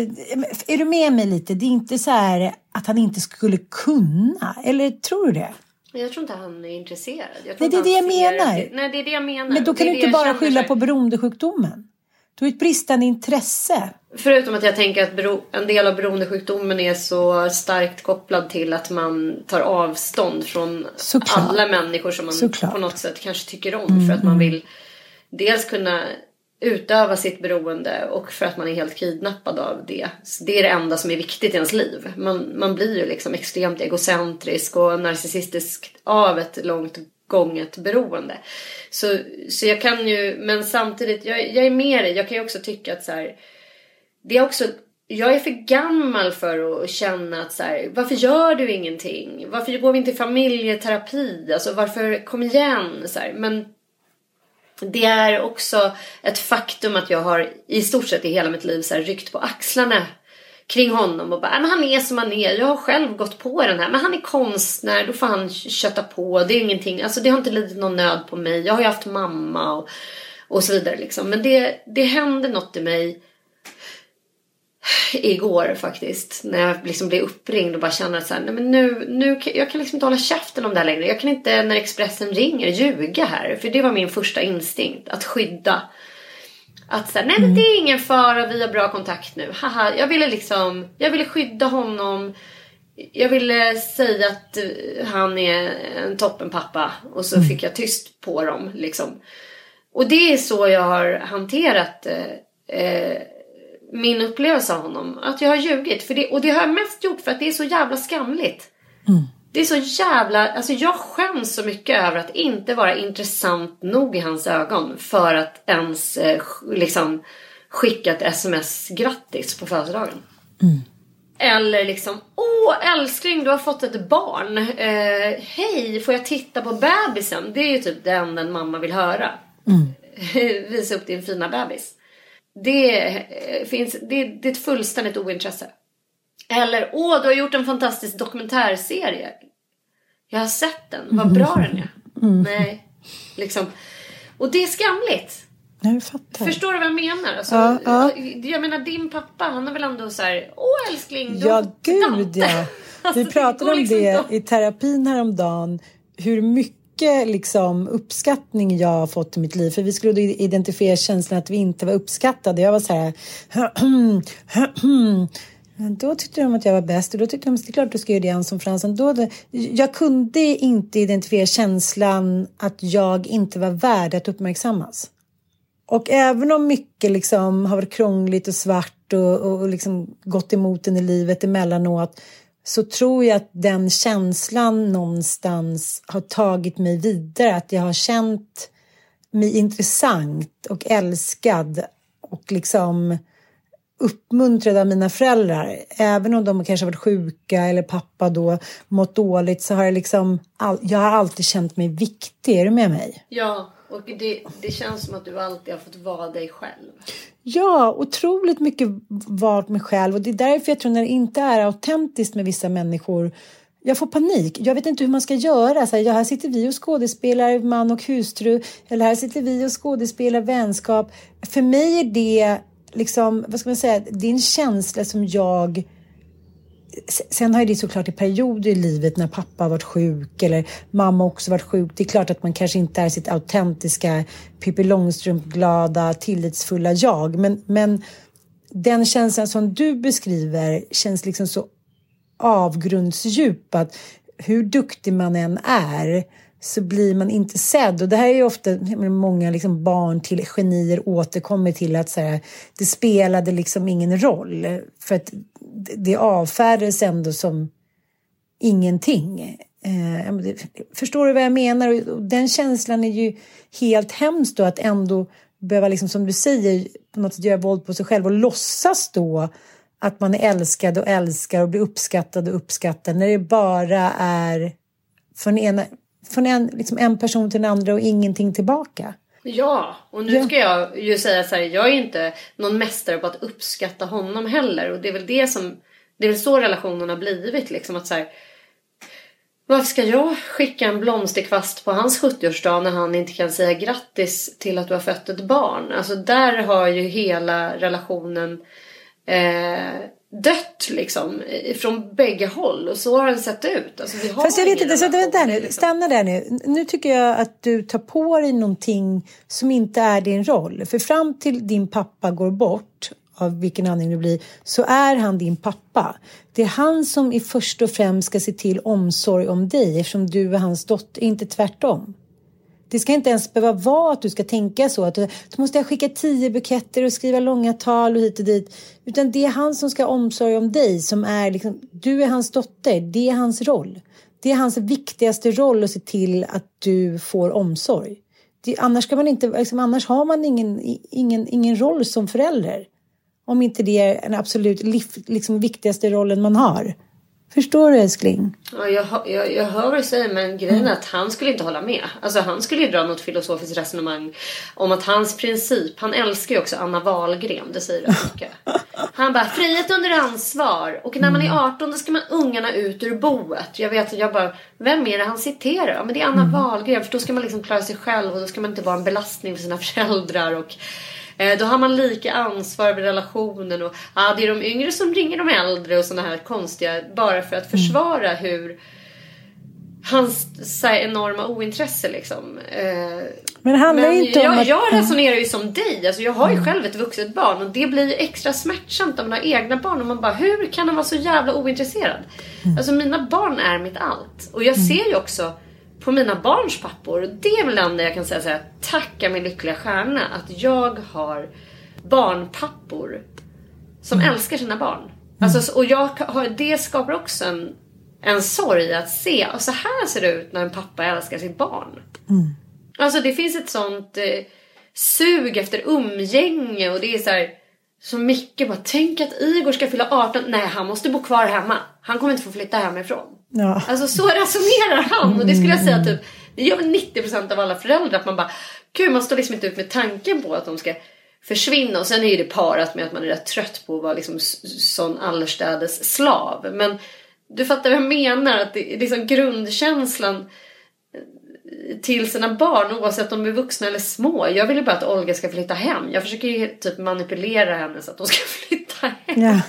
är du med mig lite? Det är inte så här att han inte skulle kunna, eller tror du det? Jag tror inte han är intresserad. Jag Nej, det är det jag menar. Det. Nej, det är det jag menar. Men då kan du inte bara skylla på beroendesjukdomen. Du har ett bristande intresse. Förutom att jag tänker att bero, en del av beroendesjukdomen är så starkt kopplad till att man tar avstånd från Såklart. alla människor som man Såklart. på något sätt kanske tycker om. Mm. För att man vill dels kunna utöva sitt beroende och för att man är helt kidnappad av det. Så det är det enda som är viktigt i ens liv. Man, man blir ju liksom extremt egocentrisk och narcissistisk av ett långt gånget beroende. Så, så jag kan ju, men samtidigt, jag, jag är med dig. Jag kan ju också tycka att så här, det är också, jag är för gammal för att känna att så här, varför gör du ingenting? Varför går vi inte i familjeterapi? Alltså varför, kom igen så här. Men det är också ett faktum att jag har i stort sett i hela mitt liv så här, ryckt på axlarna kring honom och bara, men han är som han är. Jag har själv gått på den här, men han är konstnär, då får han köta på. Det är ingenting, alltså det har inte lidit någon nöd på mig. Jag har ju haft mamma och, och så vidare liksom. Men det, det hände något i mig igår faktiskt, när jag liksom blev uppringd och bara känner att så här, nej men nu, nu jag kan liksom inte hålla käften om det här längre. Jag kan inte när Expressen ringer ljuga här, för det var min första instinkt, att skydda. Att säga, nej men det är ingen fara, vi har bra kontakt nu. Haha, jag ville liksom, jag ville skydda honom. Jag ville säga att han är en toppenpappa, och så fick jag tyst på dem liksom. Och det är så jag har hanterat eh, min upplevelse av honom. Att jag har ljugit. För det, och det har jag mest gjort för att det är så jävla skamligt. Mm. Det är så jävla... Alltså jag skäms så mycket över att inte vara intressant nog i hans ögon. För att ens eh, liksom skicka ett sms grattis på födelsedagen. Mm. Eller liksom, åh älskling, du har fått ett barn. Eh, hej, får jag titta på bebisen? Det är ju typ det enda en mamma vill höra. Mm. Visa upp din fina bebis. Det finns, det, det är ett fullständigt ointresse. Eller, åh, du har gjort en fantastisk dokumentärserie. Jag har sett den, vad bra den är. Mm. Nej, liksom. Och det är skamligt. Jag fattar. Förstår du vad jag menar? Alltså, ja, ja. Jag menar, din pappa, han är väl ändå så här, åh älskling, du ja, har gud, ja. Vi alltså, pratade om liksom det då. i terapin häromdagen. Hur mycket liksom, uppskattning jag har fått i mitt liv. För vi skulle identifiera känslan att vi inte var uppskattade. Jag var så här... Då tyckte de att jag var bäst. Och då tyckte de att det är klart du ska göra det, Anson Fransson. Då det, jag kunde inte identifiera känslan att jag inte var värd att uppmärksammas. Och även om mycket liksom har varit krångligt och svart och, och, och liksom gått emot en i livet emellanåt, så tror jag att den känslan någonstans har tagit mig vidare. Att jag har känt mig intressant och älskad och liksom uppmuntrad av mina föräldrar. Även om de kanske har varit sjuka eller pappa då mått dåligt, så har jag liksom all, jag har alltid känt mig viktig. Är du med mig? Ja, och det, det känns som att du alltid har fått vara dig själv. Ja, otroligt mycket varit mig själv. Och det är därför jag tror när det inte är autentiskt med vissa människor, jag får panik. Jag vet inte hur man ska göra. Så här, ja, här sitter vi och skådespelar man och hustru. Eller här sitter vi och skådespelar vänskap. För mig är det liksom, vad ska man säga, det är en känsla som jag... Sen har ju det såklart i perioder i livet när pappa har varit sjuk eller mamma också varit sjuk. Det är klart att man kanske inte är sitt autentiska Pippi Långstrump-glada, tillitsfulla jag. Men, men den känslan som du beskriver känns liksom så avgrundsdjup, att hur duktig man än är så blir man inte sedd. Och det här är ju ofta många liksom barn till genier återkommer till, att så här, det spelade liksom ingen roll. För att det avfärdades ändå som ingenting. Eh, förstår du vad jag menar? Och den känslan är ju helt hemskt då, att ändå behöva, liksom, som du säger, på något sätt göra våld på sig själv och låtsas då att man är älskad och älskar och blir uppskattad och uppskattad, när det bara är från ena... Från en, liksom en person till den andra och ingenting tillbaka. Ja, och nu ska jag ju säga så här, jag är inte någon mästare på att uppskatta honom heller. Och det är väl det som, det är väl så relationen har blivit liksom, att så här, varför ska jag skicka en blomsterkvast på hans sjuttioårsdag när han inte kan säga grattis till att du har fött ett barn? Alltså där har ju hela relationen eh, dött liksom från bägge håll, och så har den sett ut. Alltså, vi har Fast jag vet inte, så där nu, liksom. Stanna där nu. Nu tycker jag att du tar på dig någonting som inte är din roll. För fram till din pappa går bort, av vilken anledning det blir, så är han din pappa. Det är han som i först och främst ska se till omsorg om dig, eftersom du är hans dotter, inte tvärtom. Det ska inte ens behöva vara att du ska tänka så. Att du, du måste skicka tio buketter och skriva långa tal och hit och dit. Utan det är han som ska ha omsorg om dig. Som är liksom, du är hans dotter. Det är hans roll. Det är hans viktigaste roll att se till att du får omsorg. Det, annars, ska man inte, liksom, annars har man ingen, ingen, ingen roll som förälder. om inte det är en absolut liv, liksom viktigaste rollen man har. Förstår du, älskling? Ja, jag, jag, jag hör vad du säger, men grejen är att han skulle inte hålla med. Alltså han skulle ju dra något filosofiskt resonemang om att hans princip, han älskar ju också Anna Wahlgren, det säger det mycket. Han bara, frihet under ansvar. Och när man är arton, då ska man ungarna ut ur boet. Jag vet, jag bara, vem är det han citerar? Ja, men det är Anna mm. Wahlgren, för då ska man liksom klara sig själv och då ska man inte vara en belastning för sina föräldrar och... Då har man lika ansvar för relationen och ja, det är de yngre som ringer de äldre och såna här konstiga, bara för att försvara mm. hur hans så här, enorma ointresse liksom. Men det handlar Men inte jag, om att... jag resonerar ju som dig, alltså jag har ju själv ett vuxet barn och det blir ju extra smärtsamt om man har egna barn och man bara, hur kan han vara så jävla ointresserad? Mm. Alltså mina barn är mitt allt och jag mm. ser ju också på mina barns pappor, och det är väl ändå jag kan säga så här, tacka min lyckliga stjärna att jag har barnpappor som mm. älskar sina barn. Mm. Alltså, och jag har, det skapar också en, en sorg att se, och så här ser det ut när en pappa älskar sitt barn. Mm. Alltså det finns ett sånt eh, sug efter umgänge, och det är så här, så mycket bara, tänk att Igor ska fylla arton, nej han måste bo kvar hemma, han kommer inte få flytta hemifrån. Ja. Alltså så resonerar han. Och det skulle jag säga typ, det gör väl nittio procent av alla föräldrar, att man bara, gud man står liksom inte ut med tanken på att de ska försvinna. Och sen är ju det parat med att man är rätt trött på att vara liksom sån allestädes slav. Men du fattar vad jag menar, att det är liksom grundkänslan till sina barn, oavsett om de är vuxna eller små. Jag vill ju bara att Olga ska flytta hem. Jag försöker ju typ manipulera henne så att hon ska flytta hem. Yeah.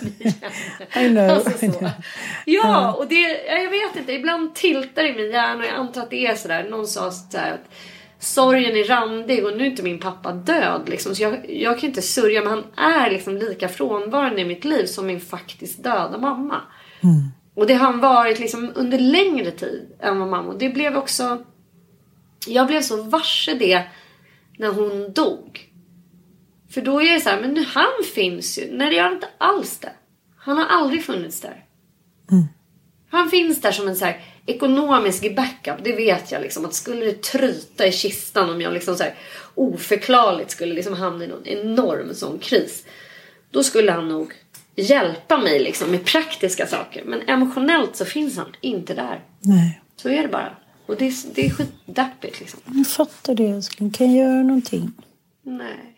I know. Alltså så. Ja, och det, jag vet inte, ibland tiltar i min hjärna, och jag antar att det är sådär. Någon sa sådär att sorgen är randig, och nu är inte min pappa död liksom, så jag, jag kan inte sörja, men han är liksom lika frånvarande i mitt liv som min faktiskt döda mamma. Mm. Och det har han varit liksom under längre tid än vad mamma. Och det blev också, jag blev så varse det när hon dog. För då är det så här, men nu han finns ju. Nej, det gör inte alls det. Han har aldrig funnits där. Mm. Han finns där som en så här ekonomisk backup. Det vet jag liksom, att skulle det tryta i kistan om jag liksom så här oförklarligt skulle liksom hamna i någon enorm sån kris, då skulle han nog hjälpa mig liksom med praktiska saker. Men emotionellt så finns han inte där. Nej. Så är det bara. Och det är, det är skitdappigt liksom. Jag fattar det, älskling. Kan jag göra någonting? Nej.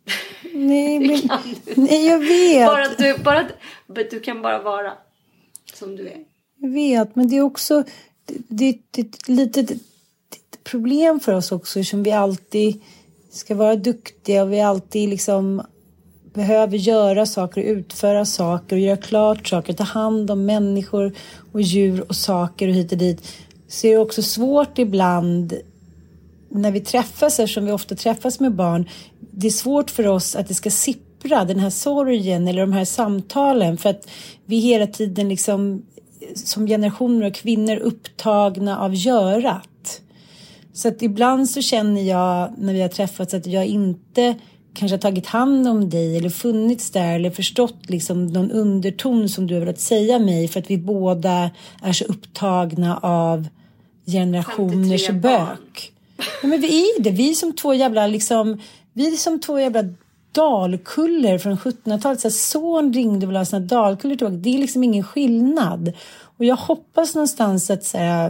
Nej, men, nej, jag vet. Bara att du, bara att du kan bara vara som du är. Jag vet, men det är också det, det, det är ett litet ett problem för oss också, som vi alltid ska vara duktiga, och vi alltid liksom behöver göra saker, utföra saker och göra klart saker, ta hand om människor och djur och saker och hit och dit. Så är det också svårt ibland när vi träffas, eftersom vi ofta träffas med barn. Det är svårt för oss att det ska sippra, den här sorgen eller de här samtalen, för att vi hela tiden liksom som generationer av kvinnor upptagna av görat. Så att ibland så känner jag när vi har träffats att jag inte kanske har tagit hand om dig eller funnits där eller förstått liksom någon underton som du har velat säga mig, för att vi båda är så upptagna av generationers bök. Ja, men vi är det. Vi är som två jävla liksom, vi är som två jävla dalkuller från sjuttonhundratalet. Så son ringde väl av sina dalkuller tillbaka. Det är liksom ingen skillnad. Och jag hoppas någonstans att så här,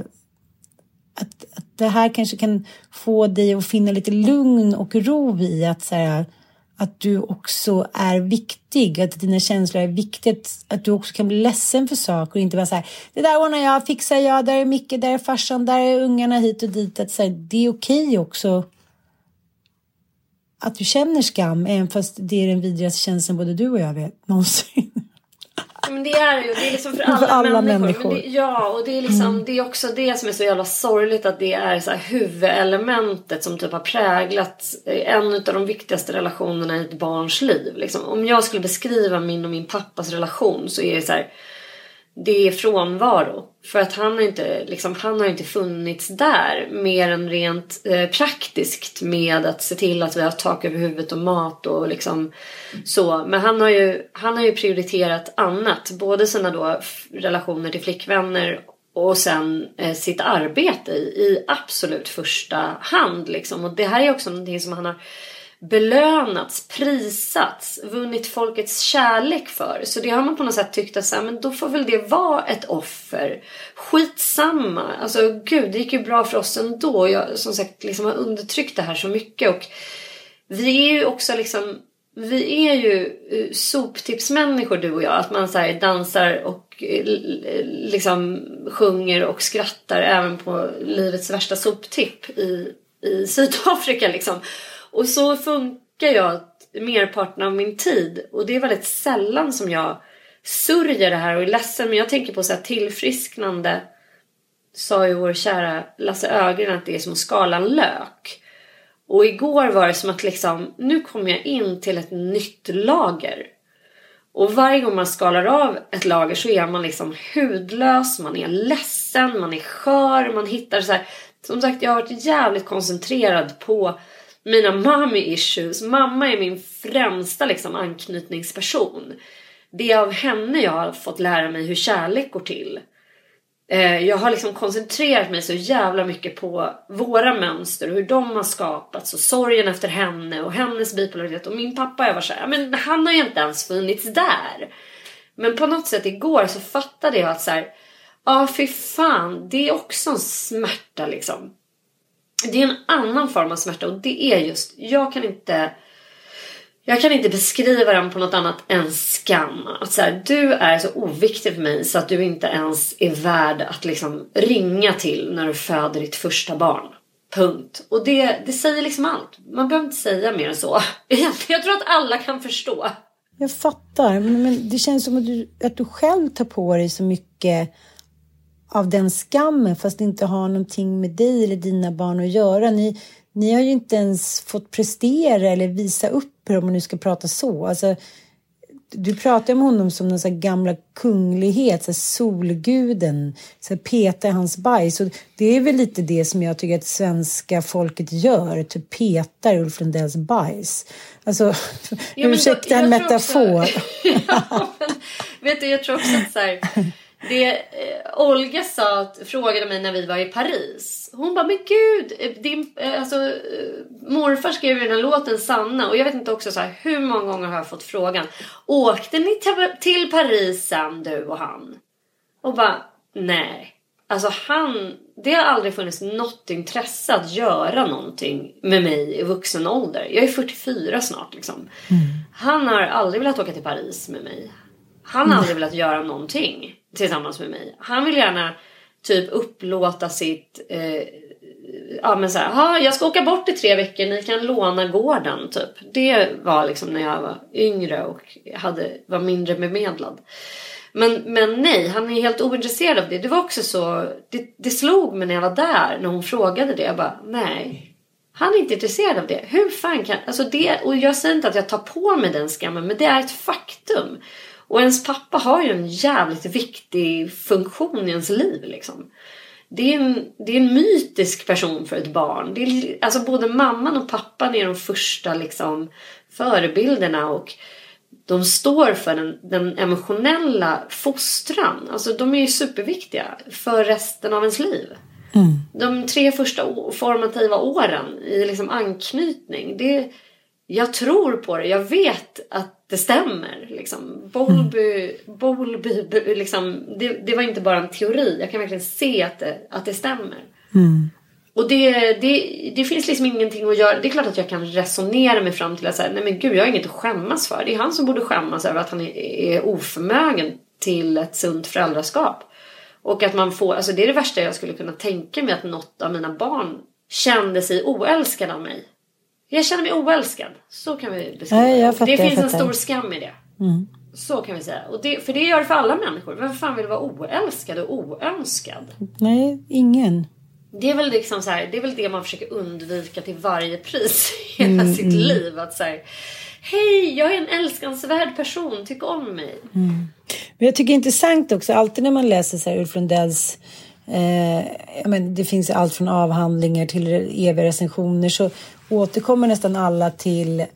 att, att det här kanske kan få dig att finna lite lugn och ro i att så här, att du också är viktig, att dina känslor är viktigt, att du också kan bli ledsen för saker och inte bara så här, det där ordnar jag, fixar jag, där är Micke, där är farsan, där är ungarna hit och dit, att så här, det är okej också att du känner skam, även fast det är den vidrigaste känslan både du och jag vet någonsin. Men det är ju, det är liksom för alla, för alla människor, människor. Men det, ja, och det är liksom mm. det är också det som är så jävla sorgligt, att det är så här huvudelementet som typ har präglat en av de viktigaste relationerna i ett barns liv liksom. Om jag skulle beskriva min och min pappas relation, så är det så här, det är frånvaro, för att han har inte liksom, han har inte funnits där mer än rent eh, praktiskt med att se till att vi har tak över huvudet och mat och liksom så. Men han har ju han har ju prioriterat annat, både sina då relationer till flickvänner och sen eh, sitt arbete i, i absolut första hand liksom. Och det här är också någonting som han har belönats, prisats, vunnit folkets kärlek för. Så det har man på något sätt tyckt att så här, men då får väl det vara ett offer. Skitsamma. Alltså gud, det gick ju bra för oss ändå. Jag som sagt liksom har undertryckt det här så mycket. Och vi är ju också liksom, vi är ju soptipsmänniskor du och jag. Att man så här dansar och liksom sjunger och skrattar även på livets värsta soptipp i, i Sydafrika liksom. Och så funkar jag merparten av min tid. Och det är väldigt sällan som jag sörjer det här och är ledsen. Men jag tänker på så här tillfrisknande. Sa ju vår kära Lasse Ögren att det är som att skala en lök. Och igår var det som att liksom, nu kommer jag in till ett nytt lager. Och varje gång man skalar av ett lager så är man liksom hudlös. Man är ledsen, man är skör. Man hittar så här. Som sagt, jag har varit jävligt koncentrerad på mina mommy issues. Mamma är min främsta liksom anknytningsperson. Det är av henne jag har fått lära mig hur kärlek går till. Eh, jag har liksom koncentrerat mig så jävla mycket på våra mönster och hur de har skapats och sorgen efter henne och hennes bipolaritet. Och min pappa, jag var så här, men han har ju inte ens funnits där. Men på något sätt igår så fattade jag att så här, ja fy fan, det är också en smärta liksom. Det är en annan form av smärta och det är just, jag kan inte jag kan inte beskriva den på något annat än skam. Att så här, du är så oviktig för mig så att du inte ens är värd att liksom ringa till när du föder ditt första barn. Punkt. Och det, det säger liksom allt. Man behöver inte säga mer än så. Jag tror att alla kan förstå. Jag fattar, men, men det känns som att du, att du själv tar på dig så mycket av den skammen fast det inte har någonting med dig eller dina barn att göra. Ni, ni har ju inte ens fått prestera eller visa upp er, om man nu ska prata så. Alltså, du pratar om honom som någon så här gamla kunglighet, så här solguden, så här peta i hans bajs. Och det är väl lite det som jag tycker att svenska folket gör, typ petar Ulf Lundells bajs. Alltså, ja, ursäkta en metafor. Också, ja, men, vet du, jag tror också att så här, det eh, Olga sa, frågade mig när vi var i Paris. Hon bara, men gud, din, eh, alltså, eh, morfar skrev den här låten Sanna. Och jag vet inte också så här, hur många gånger har jag fått frågan, åkte ni till, till Paris sen, du och han? Och bara, nej. Alltså han, det har aldrig funnits något intresse att göra någonting med mig i vuxen ålder. Jag är fyrtiofyra snart liksom. Mm. Han har aldrig velat åka till Paris med mig. Han har aldrig velat göra någonting tillsammans med mig. Han vill gärna typ upplåta sitt eh, ja men så här, ha, jag ska åka bort i tre veckor, ni kan låna gården typ. Det var liksom när jag var yngre och hade, var mindre bemedlad. Men, men nej, han är helt ointresserad av det. Det var också så, det, det slog mig när jag var där, när hon frågade det. Jag bara, nej, han är inte intresserad av det. Hur fan kan, alltså det, och jag säger inte att jag tar på mig den skammen, men det är ett faktum. Och ens pappa har ju en jävligt viktig funktion i ens liv liksom. Det är en, det är en mytisk person för ett barn. Det är, alltså både mamman och pappan är de första liksom förebilderna och de står för den, den emotionella fostran. Alltså de är ju superviktiga för resten av ens liv. Mm. De tre första å- formativa åren i liksom anknytning. Det, jag tror på det. Jag vet att det stämmer. Liksom. Bowlby, mm. Bowlby, liksom, det, det var inte bara en teori. Jag kan verkligen se att det, att det stämmer. Mm. Och det, det, det finns liksom ingenting att göra. Det är klart att jag kan resonera mig fram till att säga, nej men gud, jag har inget att skämmas för. Det är han som borde skämmas över att han är, är oförmögen till ett sunt föräldraskap. Och att man får, alltså det är det värsta jag skulle kunna tänka mig, att något av mina barn kände sig oälskad av mig. Jag känner mig oälskad. Så kan vi beskriva Nej, jag fattar, det. Det finns jag en stor skam i det. Mm. Så kan vi säga. Och det, för det gör det för alla människor. Vem fan vill vara oälskad och oönskad? Nej, ingen. Det är väl liksom så här, det är väl det man försöker undvika till varje pris i hela mm, sitt mm. liv. Att säga, hej, jag är en älskansvärd person, tyck om mig. Mm. Men jag tycker det är intressant också, alltid när man läser så här Ulf Lundells, eh, jag men, det finns allt från avhandlingar till eviga recensioner, så återkommer nästan alla till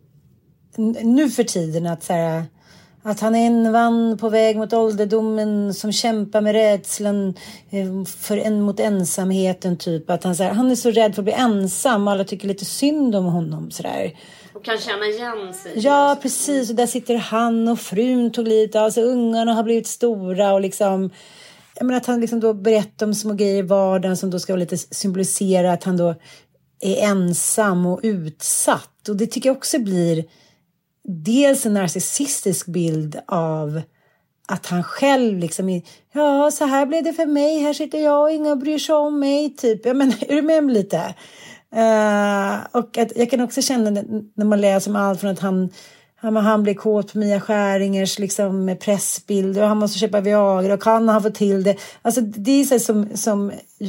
nu för tiden att så här, att han är en vann på väg mot ålderdomen som kämpar med rädslan för en mot ensamheten typ. Att han, så här, han är så rädd för att bli ensam och alla tycker lite synd om honom. Så där. Och kan känna igen sig. Ja, precis. Och där sitter han och frun tog lite. Alltså ungarna har blivit stora och liksom... Jag menar att han liksom då berättar om små grejer i vardagen som då ska lite symbolisera att han då är ensam och utsatt. Och det tycker jag också blir dels en narcissistisk bild av att han själv liksom är, ja, så här blev det för mig, här sitter jag och ingen bryr sig om mig, typ. Jag menar, är du med mig lite? Uh, och att jag kan också känna när man läser om allt från att han Han, han blir kåt på Mia Skäringers liksom, pressbilder och han måste köpa Viagra och kan han få till det. Alltså det är så som, som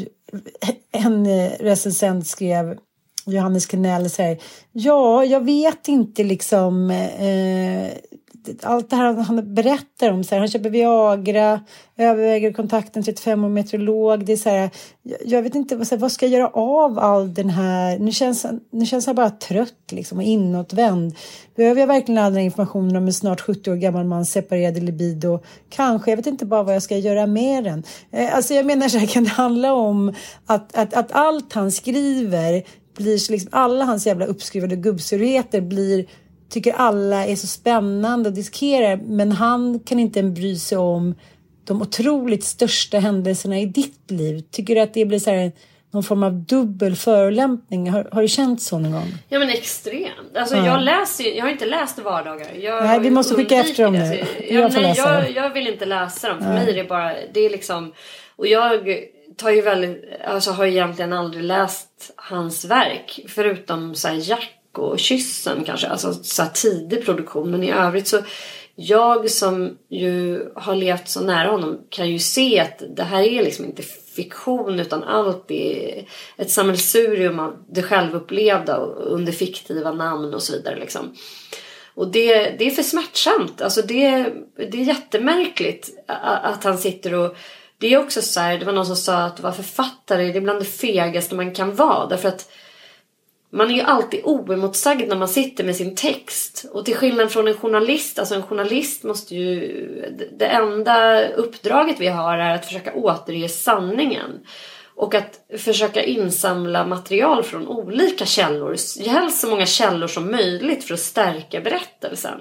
en recensent skrev, Johannes Kennell säger, ja, jag vet inte liksom eh, allt det här han berättar om. Så här, han köper Viagra, överväger kontakten trettiofem år meteorolog. Det är så här, jag vet inte, så här, vad ska jag göra av all den här... Nu känns, nu känns jag bara trött liksom, och inåtvänd. Behöver jag verkligen all den här informationen om en snart sjuttio år gammal man separerade libido? Kanske, jag vet inte bara vad jag ska göra med den. Alltså jag menar så här, kan det handla om att, att, att allt han skriver blir så liksom, alla hans jävla uppskrivade gubbsurheter blir... tycker alla är så spännande och diskerar, men han kan inte bry sig om de otroligt största händelserna i ditt liv. Tycker du att det blir så här någon form av dubbel förolämpning? Har, har du känt så någon gång? Ja, men extremt. Alltså ja. jag läser jag har inte läst vardagar. Jag nej, vi måste skicka efter dem nu. Alltså, jag, jag, får nej, läsa jag, dem. jag vill inte läsa dem. För nej. mig är det bara, det är liksom, och jag tar ju väldigt, alltså har egentligen aldrig läst hans verk förutom så här Jack och Kyssen kanske, alltså så här tidig produktion, men i övrigt så jag som ju har levt så nära honom kan ju se att det här är liksom inte fiktion utan allt är ett sammelsurium av det självupplevda under fiktiva namn och så vidare liksom. Och det, det är för smärtsamt, alltså det, det är jättemärkligt att han sitter och det är också så här, det var någon som sa att vara författare det är bland det fegaste man kan vara, därför att man är ju alltid oemotsagd när man sitter med sin text. Och till skillnad från en journalist, alltså en journalist måste ju... Det enda uppdraget vi har är att försöka återge sanningen. Och att försöka insamla material från olika källor. Helst så många källor som möjligt för att stärka berättelsen.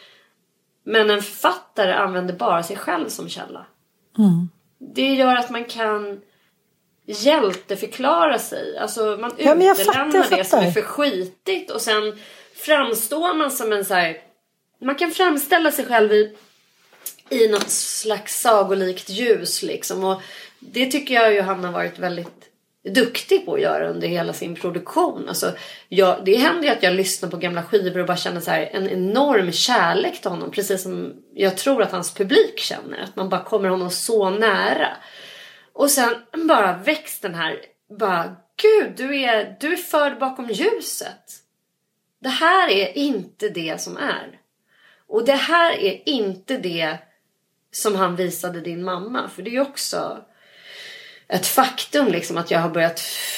Men en författare använder bara sig själv som källa. Mm. Det gör att man kan... hjälte förklara sig. Alltså man ja, utelämnar fattar, jag det som är för skitigt och sen framstår man som en så här, man kan framställa sig själv i, i något slags sagolikt ljus liksom, och det tycker jag ju han har varit väldigt duktig på att göra under hela sin produktion. Alltså, jag, det händer ju att jag lyssnar på gamla skivor och bara känner så här, en enorm kärlek till honom, precis som jag tror att hans publik känner, att man bara kommer honom så nära. Och sen bara väcks den här, bara, gud, du är, du är förd bakom ljuset. Det här är inte det som är. Och det här är inte det som han visade din mamma. För det är ju också ett faktum liksom, att jag har börjat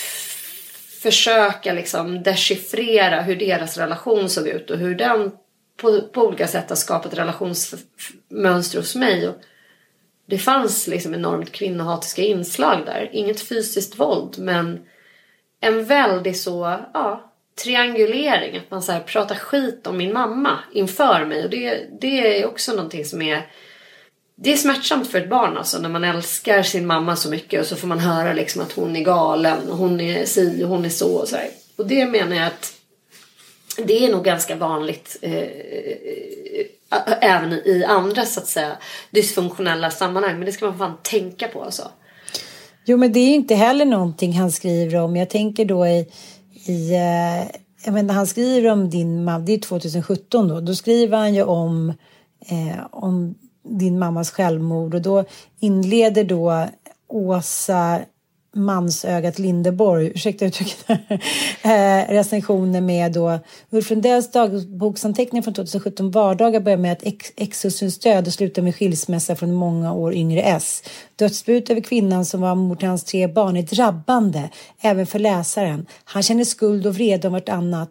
f- försöka liksom dechiffrera hur deras relation såg ut. Och hur den på, på olika sätt har skapat relationsmönster hos mig. Och det fanns liksom enormt kvinnohatiska inslag där. Inget fysiskt våld, men en väldigt så, ja, triangulering. Att man så här pratar skit om min mamma inför mig. Och det, det är också någonting som är, det är smärtsamt för ett barn alltså. När man älskar sin mamma så mycket och så får man höra liksom att hon är galen. Och hon är si och hon är så och så här. Och det menar jag att det är nog ganska vanligt eh, även i andra så att säga dysfunktionella sammanhang, men det ska man fan tänka på alltså. Jo, men det är ju inte heller någonting han skriver om. Jag tänker då i, i jag menar, han skriver om din mamma, det är tjugohundrasjutton då, då skriver han ju om eh, om din mammas självmord, och då inleder då Åsa Mansögat Lindeborg, ursäkta uttrycket, eh, recensionen med då Ulf Lundells dagboksanteckning från tjugohundrasjutton vardagar börjar med ett ex- exosynsstöd och slutar med skilsmässa från många år yngre S. Dödsbud över kvinnan som var mor till hans tre barn är drabbande även för läsaren. Han känner skuld och vrede om vartannat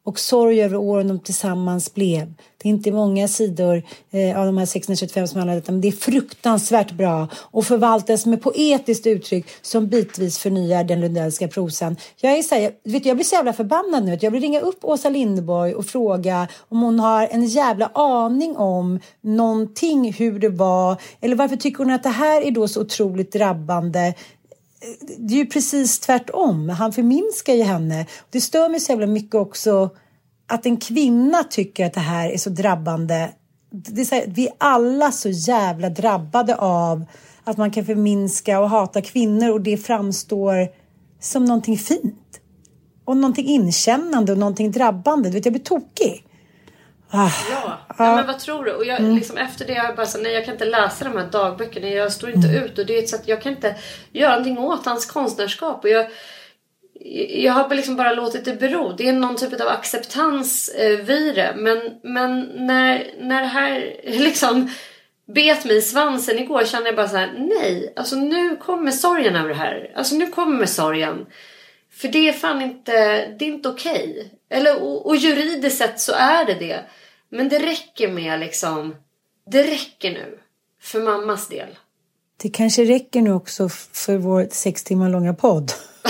och sorg över åren de tillsammans blev. Det är inte många sidor eh, av de här sexhundratrettiofem som handlar om detta, men det är fruktansvärt bra och förvaltas med poetiskt uttryck som bitvis förnyar den lundellska prosan. Jag är så här, vet du, jag blir så jävla förbannad nu att jag vill ringa upp Åsa Linderborg och fråga om hon har en jävla aning om någonting, hur det var, eller varför tycker hon att det här är då så otroligt drabbande. Det är ju precis tvärtom. Han förminskar ju henne. Det stör mig så jävla mycket också att en kvinna tycker att det här är så drabbande. Det är så här, vi är alla så jävla drabbade av att man kan förminska och hata kvinnor, och det framstår som någonting fint och någonting inkännande och någonting drabbande. Du vet, jag blir tokig. Ah, ja, ja, men vad tror du? Och jag, mm. liksom, efter det har jag bara sagt, nej, jag kan inte läsa de här dagböckerna. Jag står inte mm. ut, och det är så att jag kan inte göra någonting åt hans konstnärskap. Och jag, jag har liksom bara låtit det bero. Det är någon typ av acceptans eh, vid det. Men, men när, när det här liksom bet mig i svansen igår, kände jag bara så här: nej, alltså nu kommer sorgen över det här. Alltså nu kommer sorgen. För det är fan inte, det är inte okej. Eller, och, och juridiskt sett så är det det. Men det räcker med liksom, det räcker nu för mammas del. Det kanske räcker nu också för vår sex timmar långa podd.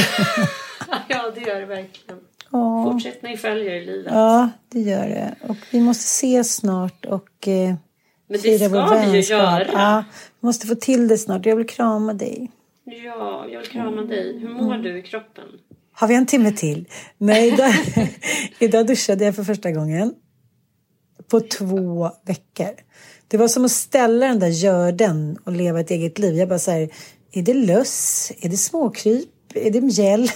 Ja, det gör det verkligen. Ja. Fortsättning följer i livet. Ja, det gör det. Och vi måste ses snart och eh, men det ska vi ju göra. Ja, vi måste få till det snart. Jag vill krama dig. Ja, jag vill krama dig. Hur mår mm. du i kroppen? Har vi en timme till? Nej, idag, idag duschade jag för första gången på två veckor. Det var som att ställa den där görden och leva ett eget liv. Jag bara så här, är det löss? Är det småkryp? Är det mjäll?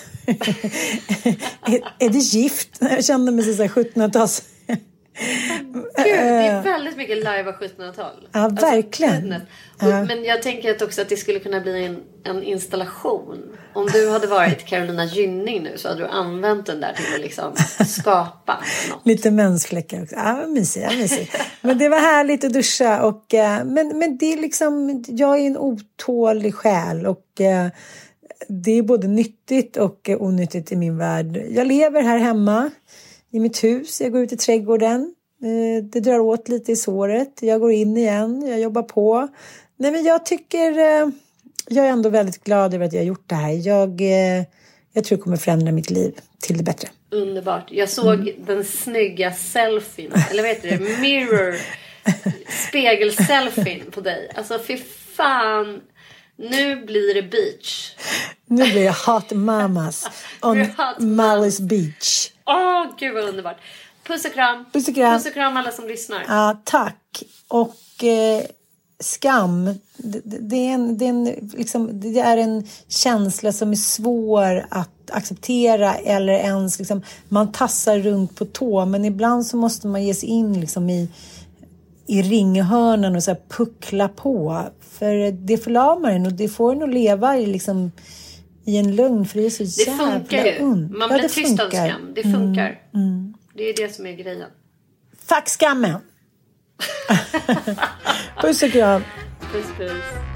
är, är det gift? Jag kände mig så här sjuttonhundratals. Gud, det är väldigt mycket live av sjuttonhundratal. Ja, alltså, verkligen. Ja. Men jag tänker att också att det skulle kunna bli en, en installation. Om du hade varit Carolina Gynning nu, så hade du använt den där till att liksom skapa något. Lite mensfläckar också. Ja, mysigt, ja, mysigt. Men det var härligt att duscha. Och, men, men det är liksom, jag är en otålig själ. Och det är både nyttigt och onyttigt i min värld. Jag lever här hemma i mitt hus. Jag går ut i trädgården. Det drar åt lite i såret. Jag går in igen. Jag jobbar på. Nej, men jag tycker... Jag är ändå väldigt glad över att jag har gjort det här. Jag, jag tror det kommer förändra mitt liv till det bättre. Underbart. Jag såg mm. den snygga selfien. Eller vad heter det? Mirror. Spegel-selfien på dig. Alltså, fy fan... Nu blir det beach. Nu blir det hot mamas on Mallis beach. Åh, oh, gud vad underbart. Puss och kram. Puss och kram. Puss och kram alla som lyssnar. Ja, tack. Och eh, skam. Det, det, är en, det, är en, liksom, det är en känsla som är svår att acceptera. Eller ens, liksom, man tassar runt på tå. Men ibland så måste man ge sig in liksom, i, i ringhörnan och så här, puckla på. För det förlamar en och det får en att leva i, liksom, i en lugn. För det är så det jävla funkar ju. Und. Man blir ja, tyst av skam. Det funkar. Mm, mm. Det är det som är grejen. Fuck skammen! Puss och kram. Puss, puss.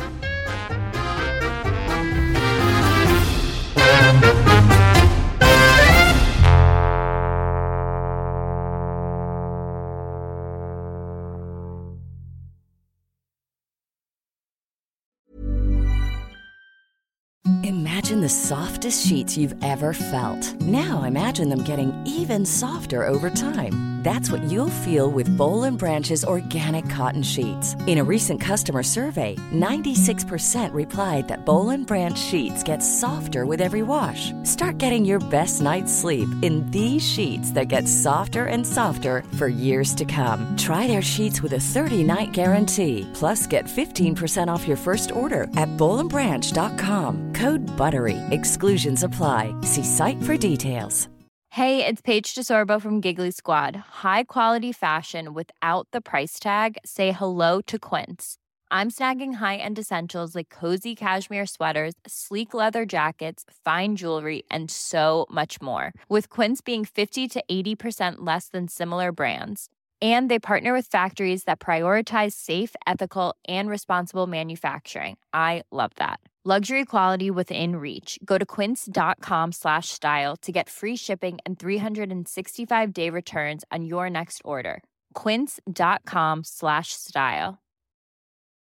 Imagine the softest sheets you've ever felt. Now imagine them getting even softer over time. That's what you'll feel with Boll and Branch's organic cotton sheets. In a recent customer survey, ninety-six percent replied that Boll and Branch sheets get softer with every wash. Start getting your best night's sleep in these sheets that get softer and softer for years to come. Try their sheets with a thirty-night guarantee. Plus, get fifteen percent off your first order at boll and branch dot com. Code BUTTERY. Exclusions apply. See site for details. Hey, it's Paige DeSorbo from Giggly Squad. High quality fashion without the price tag. Say hello to Quince. I'm snagging high-end essentials like cozy cashmere sweaters, sleek leather jackets, fine jewelry, and so much more. With Quince being fifty to eighty percent less than similar brands. And they partner with factories that prioritize safe, ethical, and responsible manufacturing. I love that. Luxury quality within reach. Go to quince.com slash style to get free shipping and three sixty-five day returns on your next order. Quince.com slash style.